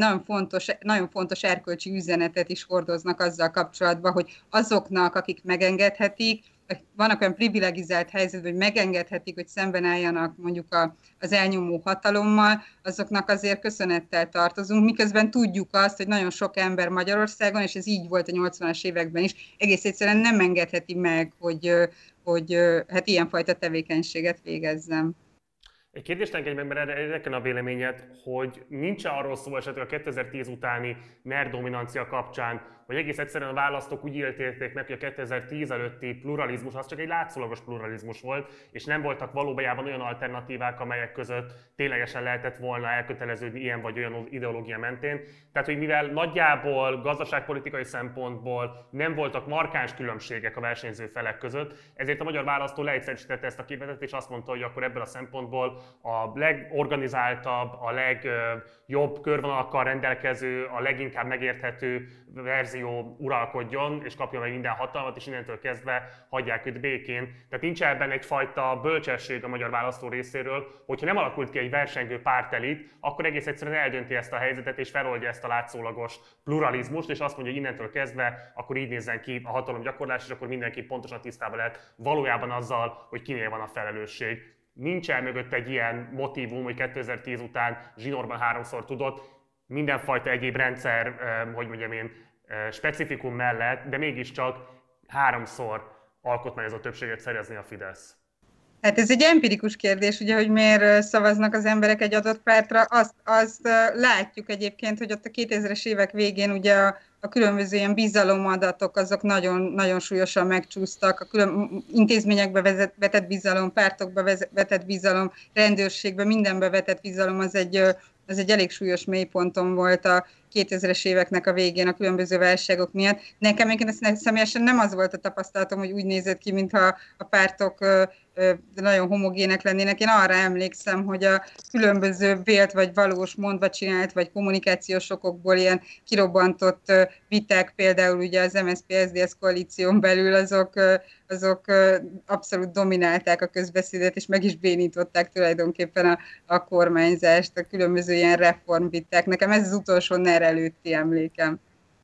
C: nagyon fontos erkölcsi üzenetet is hordoznak azzal kapcsolatban, hogy azoknak, akik megengedhetik, vannak olyan privilegizált helyzetben, hogy megengedhetik, hogy szemben álljanak mondjuk az elnyomó hatalommal, azoknak azért köszönettel tartozunk, miközben tudjuk azt, hogy nagyon sok ember Magyarországon, és ez így volt a 80-as években is, egész egyszerűen nem engedheti meg, hogy hát ilyenfajta tevékenységet végezzem.
A: Egy kérdést engedj meg, mert érdekel a véleményed, hogy nincs arról szó esetleg a 2010 utáni NER dominancia kapcsán, hogy egész egyszerűen a választók úgy ítélték meg, hogy a 2010 előtti pluralizmus az csak egy látszólagos pluralizmus volt, és nem voltak valójában olyan alternatívák, amelyek között ténylegesen lehetett volna elköteleződni ilyen vagy olyan ideológia mentén. Tehát, hogy mivel nagyjából gazdaságpolitikai szempontból nem voltak markáns különbségek a versenyző felek között, ezért a magyar választó leegyszerűsítette ezt a képletet, és azt mondta, hogy akkor ebből a szempontból a legorganizáltabb, a legjobb körvonalakkal rendelkező, a leginkább megérthető verzió uralkodjon, és kapja meg minden hatalmat, és innentől kezdve hagyják őt békén. Tehát nincs ebben egyfajta bölcsesség a magyar választó részéről, hogyha nem alakult ki egy versengő pártelit, akkor egész egyszerűen eldönti ezt a helyzetet, és feloldja ezt a látszólagos pluralizmust, és azt mondja, hogy innentől kezdve akkor így nézzen ki a hatalomgyakorlás, és akkor mindenki pontosan tisztában lehet valójában azzal, hogy kinél van a felelősség. Nincs el mögött egy ilyen motívum, hogy 2010 után zsinórban 3-szor tudott, mindenfajta egyéb rendszer, hogy mondjam én, specifikum mellett, de mégiscsak 3-szor alkotmányozott többséget szerezni a Fidesz.
C: Hát ez egy empirikus kérdés, ugye, hogy miért szavaznak az emberek egy adott pártra. Azt látjuk egyébként, hogy ott a 2000-es évek végén ugye a különböző ilyen bizalomadatok azok nagyon, nagyon súlyosan megcsúsztak, a intézményekbe vetett bizalom, pártokba vetett bizalom, rendőrségbe, mindenbe vetett bizalom az egy elég súlyos mélyponton volt a 2000-es éveknek a végén a különböző válságok miatt. Nekem egyébként személyesen nem az volt a tapasztalatom, hogy úgy nézett ki, mintha a pártok nagyon homogének lennének. Én arra emlékszem, hogy a különböző vélt vagy valós mondva csinált, vagy kommunikációs okokból ilyen kirobbantott viták, például ugye az MSZP-SZDSZ koalíción belül azok abszolút dominálták a közbeszédet, és meg is bénították tulajdonképpen a kormányzást, a különböző ilyen reformviták. Nekem ez az utolsó NER előtti emlékem.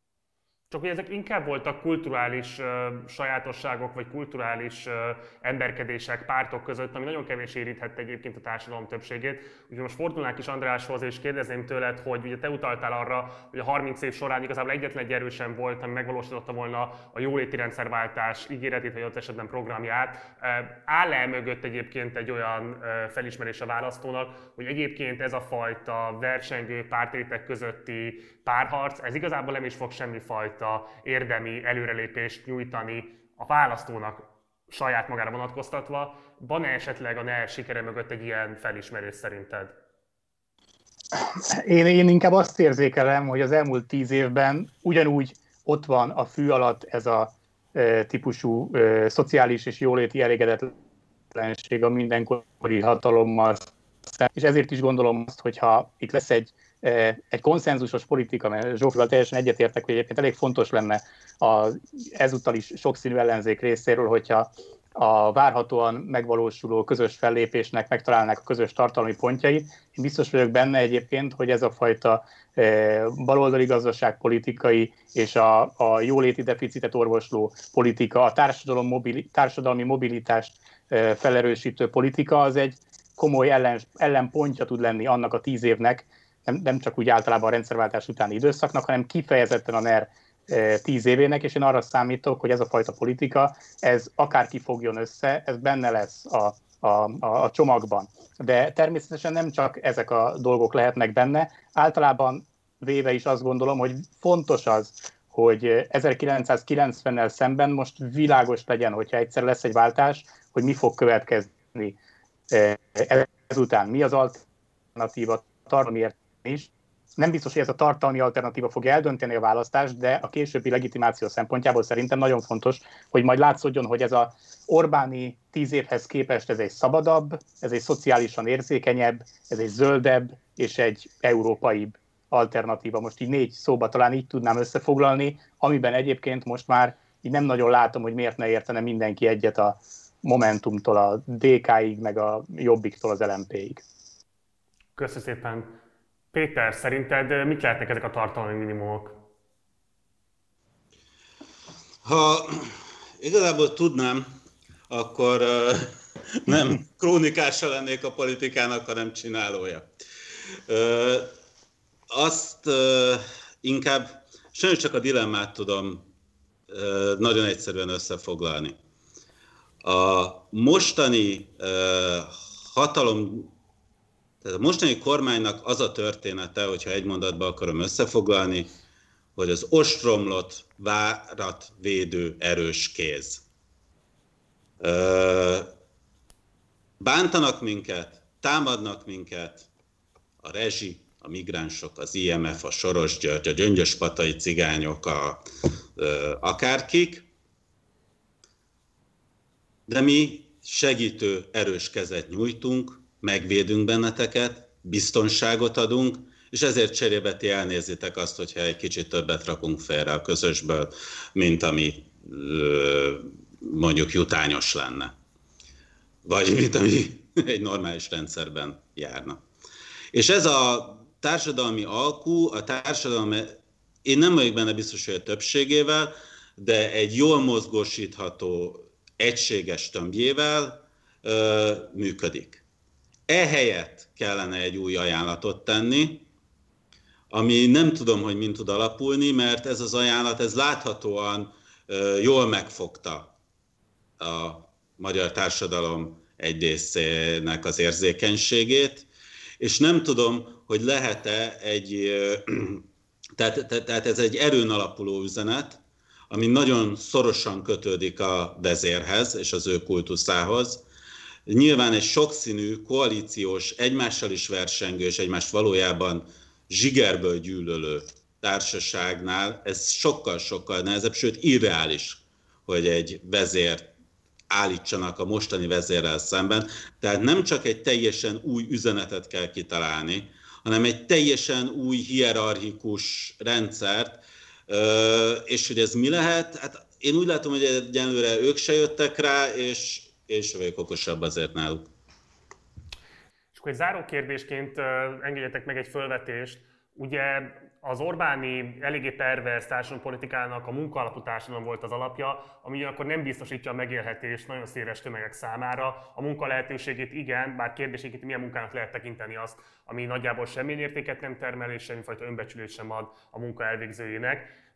A: Csak hogy ezek inkább voltak kulturális sajátosságok, vagy kulturális emberkedések pártok között, ami nagyon kevés érinthette egyébként a társadalom többségét. Úgyhogy most fordulnánk is Andráshoz, és kérdezném tőled, hogy ugye te utaltál arra, hogy a 30 év során igazából egyetlen egy erő sem volt, ami megvalósította volna a jóléti rendszerváltás ígéretét, vagy ott esetben programját. Áll-e mögött egyébként egy olyan felismerés a választónak, hogy egyébként ez a fajta versengő pártrétek közötti párharc, ez igazából nem is fog semmifajta érdemi előrelépést nyújtani a választónak saját magára vonatkoztatva. Van-e esetleg a NER sikere mögött egy ilyen felismerés szerinted?
D: Én inkább azt érzékelem, hogy az elmúlt 10 évben ugyanúgy ott van a fű alatt ez a típusú szociális és jóléti elégedetlenség a mindenkori hatalommal. És ezért is gondolom azt, hogyha itt lesz egy konszenzusos politika, mert Zsófival teljesen egyetértek, hogy egyébként elég fontos lenne ezúttal is sokszínű ellenzék részéről, hogyha a várhatóan megvalósuló közös fellépésnek megtalálnák a közös tartalmi pontjait. Én biztos vagyok benne egyébként, hogy ez a fajta baloldali gazdaságpolitikai és a jóléti deficitet orvosló politika, a társadalmi mobilitást felerősítő politika, az egy komoly ellenpontja tud lenni annak a 10 évnek, nem csak úgy általában a rendszerváltás utáni időszaknak, hanem kifejezetten a NER 10 évének, és én arra számítok, hogy ez a fajta politika, ez akárki fogjon össze, ez benne lesz a csomagban. De természetesen nem csak ezek a dolgok lehetnek benne, általában véve is azt gondolom, hogy fontos az, hogy 1990-nel szemben most világos legyen, hogyha egyszer lesz egy váltás, hogy mi fog következni ezután, mi az alternatíva tartalmiért is. Nem biztos, hogy ez a tartalmi alternatíva fogja eldönteni a választást, de a későbbi legitimáció szempontjából szerintem nagyon fontos, hogy majd látszódjon, hogy ez az Orbáni 10 évhez képest ez egy szabadabb, ez egy szociálisan érzékenyebb, ez egy zöldebb és egy európaibb alternatíva. Most így 4 szóba talán így tudnám összefoglalni, amiben egyébként most már így nem nagyon látom, hogy miért ne értene mindenki egyet a Momentumtól a DK-ig, meg a Jobbiktól az LMP-ig.
A: Köszönöm szépen. Péter, szerinted mit lehetnek ezek a tartalmi minimumok?
B: Ha igazából tudnám, akkor nem krónikása lennék a politikának, hanem csinálója. Azt inkább, sajnos csak a dilemmát tudom nagyon egyszerűen összefoglalni. A mostani hatalom, tehát a mostani kormánynak az a története, hogyha egy mondatba akarom összefoglalni, hogy az ostromlott várat védő erős kéz. Bántanak minket, támadnak minket a rezsi, a migránsok, az IMF, a Soros György, a gyöngyöspatai cigányok, akárkik, de mi segítő, erős kezet nyújtunk, megvédünk benneteket, biztonságot adunk, és ezért cserébe ti elnézitek azt, hogyha egy kicsit többet rakunk félre a közösből, mint ami mondjuk jutányos lenne. Vagy mint ami egy normális rendszerben járna. És ez a társadalmi alkú, én nem vagyok benne biztos, hogy a többségével, de egy jól mozgósítható, egységes tömbjével működik. Ehelyett kellene egy új ajánlatot tenni, ami nem tudom, hogy mind tud alapulni, mert ez az ajánlat, ez láthatóan jól megfogta a magyar társadalom egy részének az érzékenységét, és nem tudom, hogy lehet-e tehát ez egy erőn alapuló üzenet, ami nagyon szorosan kötődik a vezérhez és az ő kultuszához. Nyilván egy sokszínű, koalíciós, egymással is versengő és egymást valójában zsigerből gyűlölő társaságnál ez sokkal-sokkal nehezebb, sőt irreális, hogy egy vezért állítsanak a mostani vezérrel szemben. Tehát nem csak egy teljesen új üzenetet kell kitalálni, hanem egy teljesen új hierarchikus rendszert, és hogy ez mi lehet? Hát én úgy látom, hogy egyenlőre ők se jöttek rá, és én sem vagyok okosabb azért náluk.
A: És akkor egy záró kérdésként engedjetek meg egy fölvetést. Ugye az Orbáni eléggé pervers társadalompolitikának a munkaalapú társadalom volt az alapja, ami akkor nem biztosítja a megélhetést nagyon széles tömegek számára. A munka lehetőségét igen, bár kérdésként milyen munkának lehet tekinteni azt, ami nagyjából semmilyen értéket nem termel és semmifajta önbecsülést sem ad a munka elvégzőjének.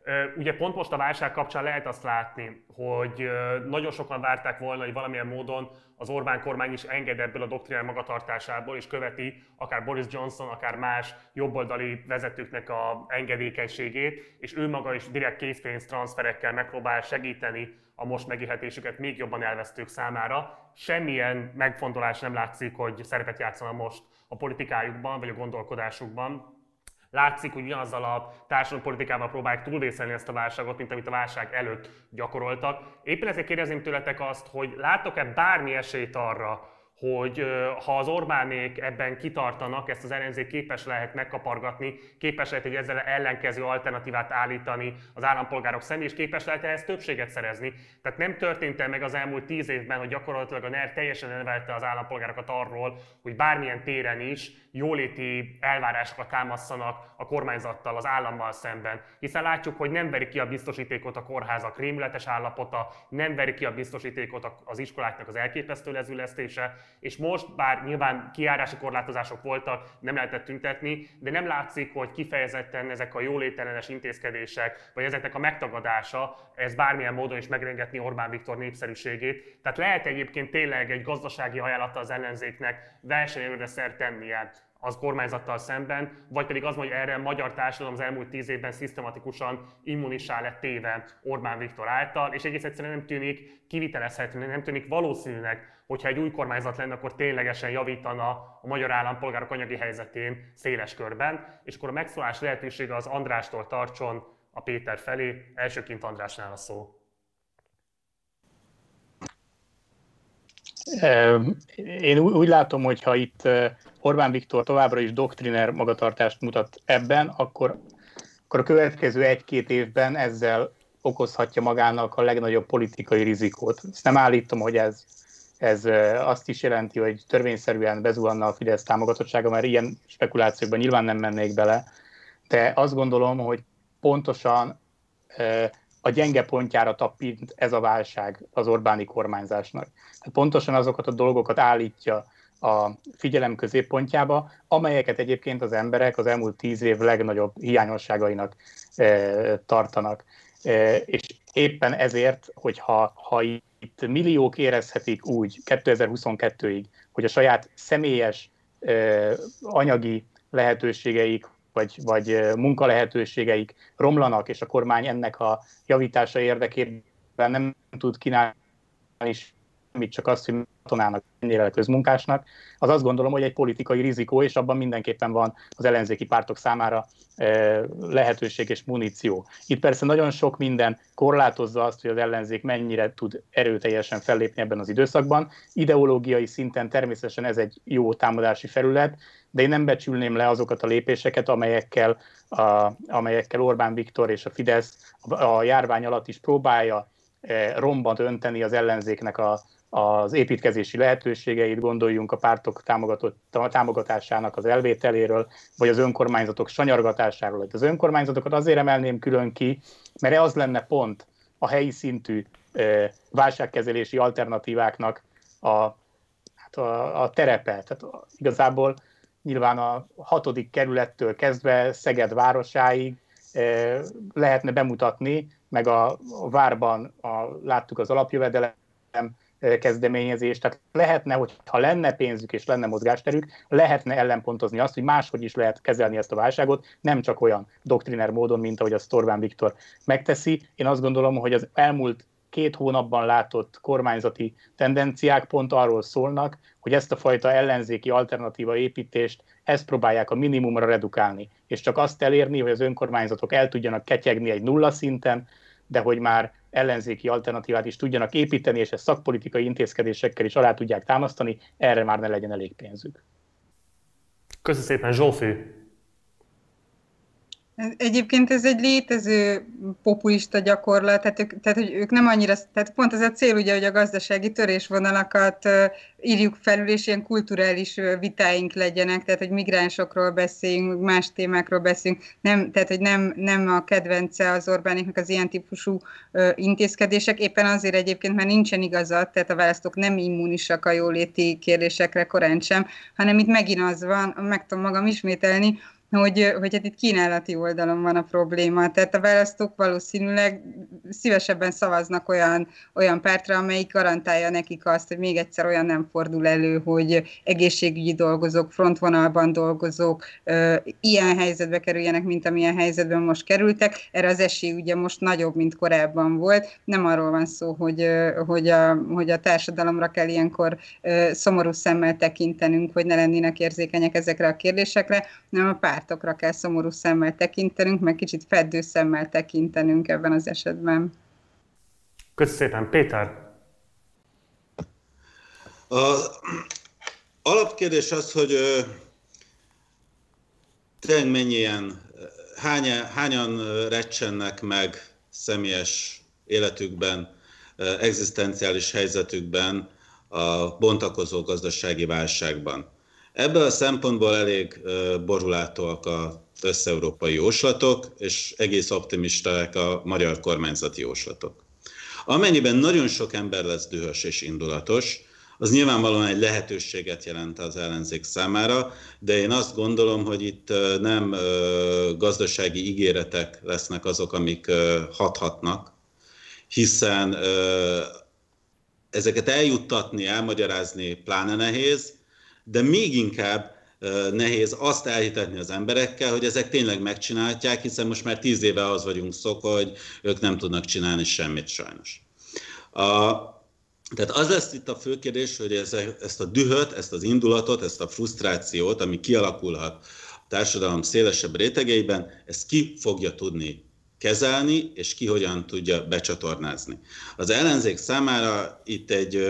A: Ugye pont most a válság kapcsán lehet azt látni, hogy nagyon sokan várták volna, hogy valamilyen módon az Orbán kormány is enged ebből a doktrinál magatartásából, és követi akár Boris Johnson, akár más jobboldali vezetőknek a engedékenységét, és ő maga is direkt készpénz transferekkel megpróbál segíteni a most megélhetésüket még jobban elvesztők számára. Semmilyen megfontolás nem látszik, hogy szerepet játszana most a politikájukban, vagy a gondolkodásukban. Látszik, hogy ugyanazzal a társadalompolitikával próbálják túlvészelni ezt a válságot, mint amit a válság előtt gyakoroltak. Éppen ezért kérdezném tőletek azt, hogy láttok-e bármi esélyt arra, hogy ha az Orbánék ebben kitartanak, ezt az ellenzék képes lehet megkapargatni, képes lehet egy ezzel ellenkező alternatívát állítani az állampolgárok szemé, és képes lehet ehhez többséget szerezni. Tehát nem történt el meg az elmúlt 10 évben, hogy gyakorlatilag a NER teljesen elvelte az állampolgárokat arról, hogy bármilyen téren is jóléti elvárásokat támasztanak a kormányzattal, az állammal szemben. Hiszen látjuk, hogy nem veri ki a biztosítékot a kórházak rémületes állapota, nem veri ki a biztosítékot az iskoláknak az elképesztő lezülesztése, és most, bár nyilván kijárási korlátozások voltak, nem lehetett tüntetni, de nem látszik, hogy kifejezetten ezek a jólétellenes intézkedések, vagy ezeknek a megtagadása, ez bármilyen módon is megrengetni Orbán Viktor népszerűségét. Tehát lehet egyébként tényleg egy gazdasági ajánlata az ellenzéknek versenyelőre szert tennie az kormányzattal szemben, vagy pedig az, hogy erre a magyar társadalom az elmúlt 10 évben szisztematikusan immunissá lett téve Orbán Viktor által, és egész egyszerűen nem tűnik kivitelezhetőnek, nem tűnik valószínűnek, hogyha egy új kormányzat lenne, akkor ténylegesen javítana a magyar állampolgárok anyagi helyzetén széles körben, és akkor a megszólás lehetősége az Andrástól tartson a Péter felé. Elsőként Andrásnál a szó.
D: Én úgy látom, hogy ha itt Orbán Viktor továbbra is doktriner magatartást mutat ebben, akkor a következő 1-2 évben ezzel okozhatja magának a legnagyobb politikai rizikót. Ezt nem állítom, hogy ez azt is jelenti, hogy törvényszerűen bezuhanna a Fidesz támogatottsága, mert ilyen spekulációkban nyilván nem mennék bele, de azt gondolom, hogy pontosan a gyenge pontjára tapint ez a válság az Orbáni kormányzásnak. Tehát pontosan azokat a dolgokat állítja a figyelem középpontjába, amelyeket egyébként az emberek az elmúlt 10 év legnagyobb hiányosságainak tartanak. És éppen ezért, hogyha itt milliók érezhetik úgy 2022-ig, hogy a saját személyes anyagi lehetőségeik vagy munkalehetőségeik romlanak, és a kormány ennek a javítása érdekében nem tud kínálni semmit, csak azt, hogy katonának, ennyire közmunkásnak, az azt gondolom, hogy egy politikai rizikó, és abban mindenképpen van az ellenzéki pártok számára lehetőség és muníció. Itt persze nagyon sok minden korlátozza azt, hogy az ellenzék mennyire tud erőteljesen fellépni ebben az időszakban. Ideológiai szinten természetesen ez egy jó támadási felület, de én nem becsülném le azokat a lépéseket, amelyekkel Orbán Viktor és a Fidesz a járvány alatt is próbálja romban önteni az ellenzéknek az építkezési lehetőségeit, gondoljunk a pártok támogatásának az elvételéről, vagy az önkormányzatok sanyargatásáról. Az önkormányzatokat azért emelném külön ki, mert az lenne pont a helyi szintű válságkezelési alternatíváknak a terepe. Tehát igazából nyilván a 6. kerülettől kezdve Szeged városáig lehetne bemutatni, meg a várban láttuk az alapjövedelem kezdeményezést, tehát lehetne, hogy ha lenne pénzük és lenne mozgásterük, lehetne ellenpontozni azt, hogy máshogy is lehet kezelni ezt a válságot, nem csak olyan doktriner módon, mint ahogy azt Orbán Viktor megteszi. Én azt gondolom, hogy az elmúlt 2 hónapban látott kormányzati tendenciák pont arról szólnak, hogy ezt a fajta ellenzéki alternatíva építést, ezt próbálják a minimumra redukálni, és csak azt elérni, hogy az önkormányzatok el tudjanak ketyegni egy nulla szinten, de hogy már ellenzéki alternatívát is tudjanak építeni, és ezt szakpolitikai intézkedésekkel is alá tudják támasztani, erre már ne legyen elég pénzük.
A: Köszönöm szépen, Zsófi!
C: Egyébként ez egy létező populista gyakorlat, tehát hogy ők nem annyira, tehát pont ez a cél ugye, hogy a gazdasági törésvonalakat írjuk felül, és ilyen kulturális vitáink legyenek, tehát hogy migránsokról beszéljünk, más témákról beszélünk, tehát hogy nem a kedvence az Orbániknak az ilyen típusú intézkedések, éppen azért egyébként, mert nincsen igazat, tehát a választók nem immunisak a jóléti kérdésekre korán sem, hanem itt megint az van, meg tudom magam ismételni, hogy hát itt kínálati oldalon van a probléma. Tehát a választók valószínűleg szívesebben szavaznak olyan pártra, amelyik garantálja nekik azt, hogy még egyszer olyan nem fordul elő, hogy egészségügyi dolgozók, frontvonalban dolgozók ilyen helyzetbe kerüljenek, mint amilyen helyzetben most kerültek. Erre az esély ugye most nagyobb, mint korábban volt. Nem arról van szó, hogy a társadalomra kell ilyenkor szomorú szemmel tekintenünk, hogy ne lennének érzékenyek ezekre a kérdésekre, hanem a pártokra kell szomorú szemmel tekintenünk, meg kicsit feddő szemmel tekintenünk ebben az esetben.
A: Köszönöm szépen, Péter!
B: Az alapkérdés az, hogy tényleg hányan recsennek meg személyes életükben, egzisztenciális helyzetükben a bontakozó gazdasági válságban. Ebből a szempontból elég borulátóak az összeurópai jóslatok, és egész optimisták a magyar kormányzati jóslatok. Amennyiben nagyon sok ember lesz dühös és indulatos, az nyilvánvalóan egy lehetőséget jelent az ellenzék számára, de én azt gondolom, hogy itt nem gazdasági ígéretek lesznek azok, amik hathatnak, hiszen ezeket eljuttatni, elmagyarázni pláne nehéz, de még inkább nehéz azt elhitetni az emberekkel, hogy ezek tényleg megcsinálják, hiszen most már 10 éve az vagyunk szokva, hogy ők nem tudnak csinálni semmit sajnos. Tehát az lesz itt a fő kérdés, hogy ezt a dühöt, ezt az indulatot, ezt a frusztrációt, ami kialakulhat a társadalom szélesebb rétegeiben, ezt ki fogja tudni kezelni, és ki hogyan tudja becsatornázni. Az ellenzék számára itt egy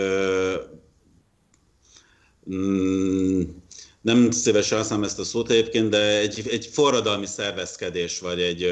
B: nem szívesen használom ezt a szót egyébként, de egy forradalmi szervezkedés, vagy egy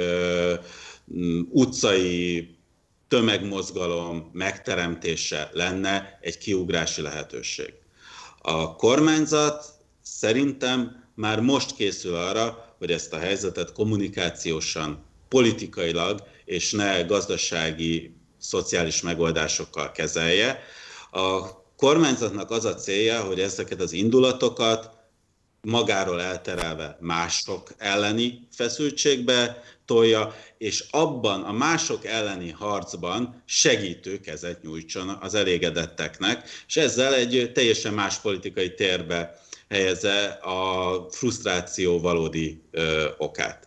B: utcai tömegmozgalom megteremtése lenne egy kiugrási lehetőség. A kormányzat szerintem már most készül arra, hogy ezt a helyzetet kommunikációsan, politikailag és ne gazdasági, szociális megoldásokkal kezelje. A kormányzatnak az a célja, hogy ezeket az indulatokat magáról elterelve mások elleni feszültségbe tolja, és abban a mások elleni harcban segítő kezet nyújtson az elégedetteknek, és ezzel egy teljesen más politikai térbe helyezze a frusztráció valódi okát.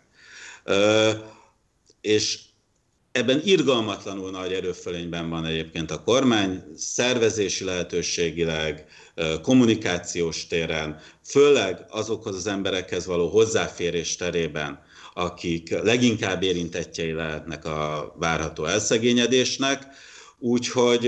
B: És ebben irgalmatlanul nagy erőfölényben van egyébként a kormány, szervezési lehetőségileg, kommunikációs téren, főleg azokhoz az emberekhez való hozzáférés terében, akik leginkább érintettjei lehetnek a várható elszegényedésnek. Úgyhogy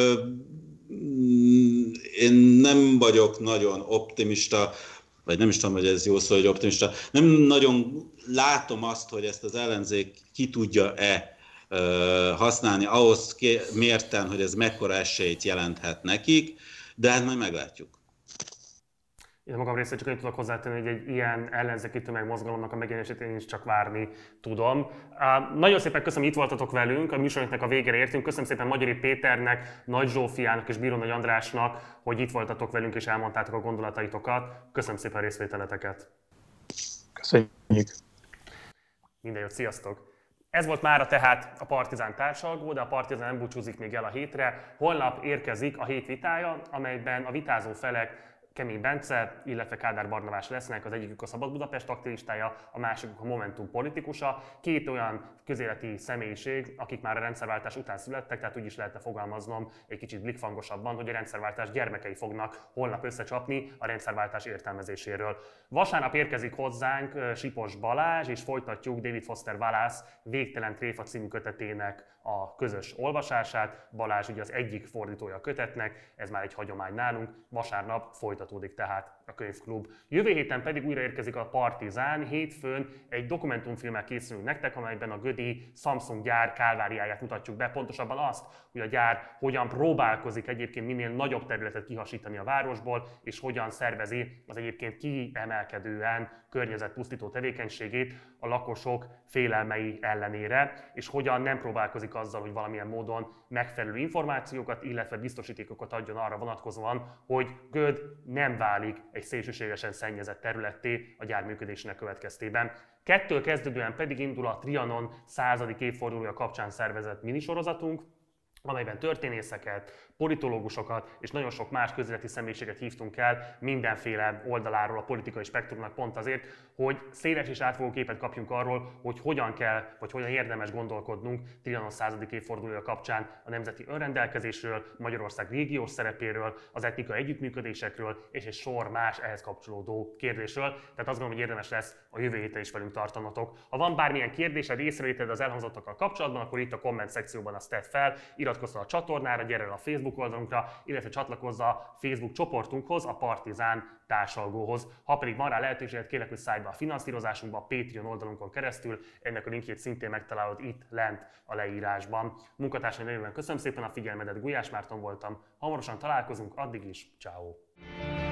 B: én nem vagyok nagyon optimista, vagy nem is tudom, hogy ez jó szó, hogy optimista, nem nagyon látom azt, hogy ezt az ellenzék ki tudja-e használni ahhoz mérten, hogy ez mekkora esélyt jelenthet nekik, de hát majd meglátjuk.
A: Én magam részéről csak annyit tudok hozzátenni, hogy egy ilyen ellenzéki tömegmozgalomnak a megjelenését én is csak várni tudom. Nagyon szépen köszönöm, hogy itt voltatok velünk, a műsorunknak a végére értünk. Köszönöm szépen Magyari Péternek, Nagy Zsófiának és Bíró Nagy Andrásnak, hogy itt voltatok velünk és elmondtátok a gondolataitokat. Köszönöm szépen a részvételeteket.
D: Köszönjük.
A: Minden jót, sziasztok! Ez volt mára tehát a Partizán társalgó, de a Partizán nem búcsúzik még el a hétre. Holnap érkezik a hét vitája, amelyben a vitázó felek Kemény Bence, illetve Kádár Barnabás lesznek, az egyikük a Szabad Budapest aktivistája, a másikuk a Momentum politikusa. Két olyan közéleti személyiség, akik már a rendszerváltás után születtek, tehát úgy is lehetne fogalmaznom egy kicsit blikfangosabban, hogy a rendszerváltás gyermekei fognak holnap összecsapni a rendszerváltás értelmezéséről. Vasárnap érkezik hozzánk Sipos Balázs, és folytatjuk David Foster Wallace Végtelen tréfa című kötetének a közös olvasását. Balázs ugye az egyik fordítója a kötetnek, ez már egy hagyomány nálunk. Vasárnap folytatódik tehát a könyvklub. Jövő héten pedig újra érkezik a Partizán. Hétfőn egy dokumentumfilmmel készülünk nektek, amelyben a gödi Samsung gyár kálváriáját mutatjuk be. Pontosabban azt, hogy a gyár hogyan próbálkozik egyébként minél nagyobb területet kihasítani a városból, és hogyan szervezi az egyébként kiemelkedően környezetpusztító tevékenységét a lakosok félelmei ellenére, és hogyan nem próbálkozik azzal, hogy valamilyen módon megfelelő információkat, illetve biztosítékokat adjon arra vonatkozóan, hogy Göd nem válik egy szélsőségesen szennyezett területté a gyár működésének következtében. 2-től kezdődően pedig indul a Trianon 100. évfordulója kapcsán szervezett minisorozatunk, amelyben történészeket, politológusokat és nagyon sok más közéleti személyiséget hívtunk el mindenféle oldaláról a politikai spektrumnak pont azért, hogy széles és átfogó képet kapjunk arról, hogy hogyan kell, vagy hogyan érdemes gondolkodnunk Trianon 100. évfordulója kapcsán a nemzeti önrendelkezésről, Magyarország régiós szerepéről, az etnikai együttműködésekről és egy sor más ehhez kapcsolódó kérdésről. Tehát azt gondolom, hogy érdemes lesz a jövő héten is velünk tartanotok. Ha van bármilyen kérdésed, észrevételed az elhangzottakkal kapcsolatban, akkor itt a komment szekcióban azt tedd fel, iratkozz a csatornára, gyere el a Facebook oldalunkra, illetve csatlakozz a Facebook csoportunkhoz, a Partizán társalgóhoz. Ha pedig van rá lehetőséged, kérlek, hogy szállj be a finanszírozásunkba a Patreon oldalunkon keresztül, ennek a linkjét szintén megtalálod itt lent a leírásban. Munkatársaim nevében köszönöm szépen a figyelmedet, Gulyás Márton voltam, hamarosan találkozunk, addig is, ciao.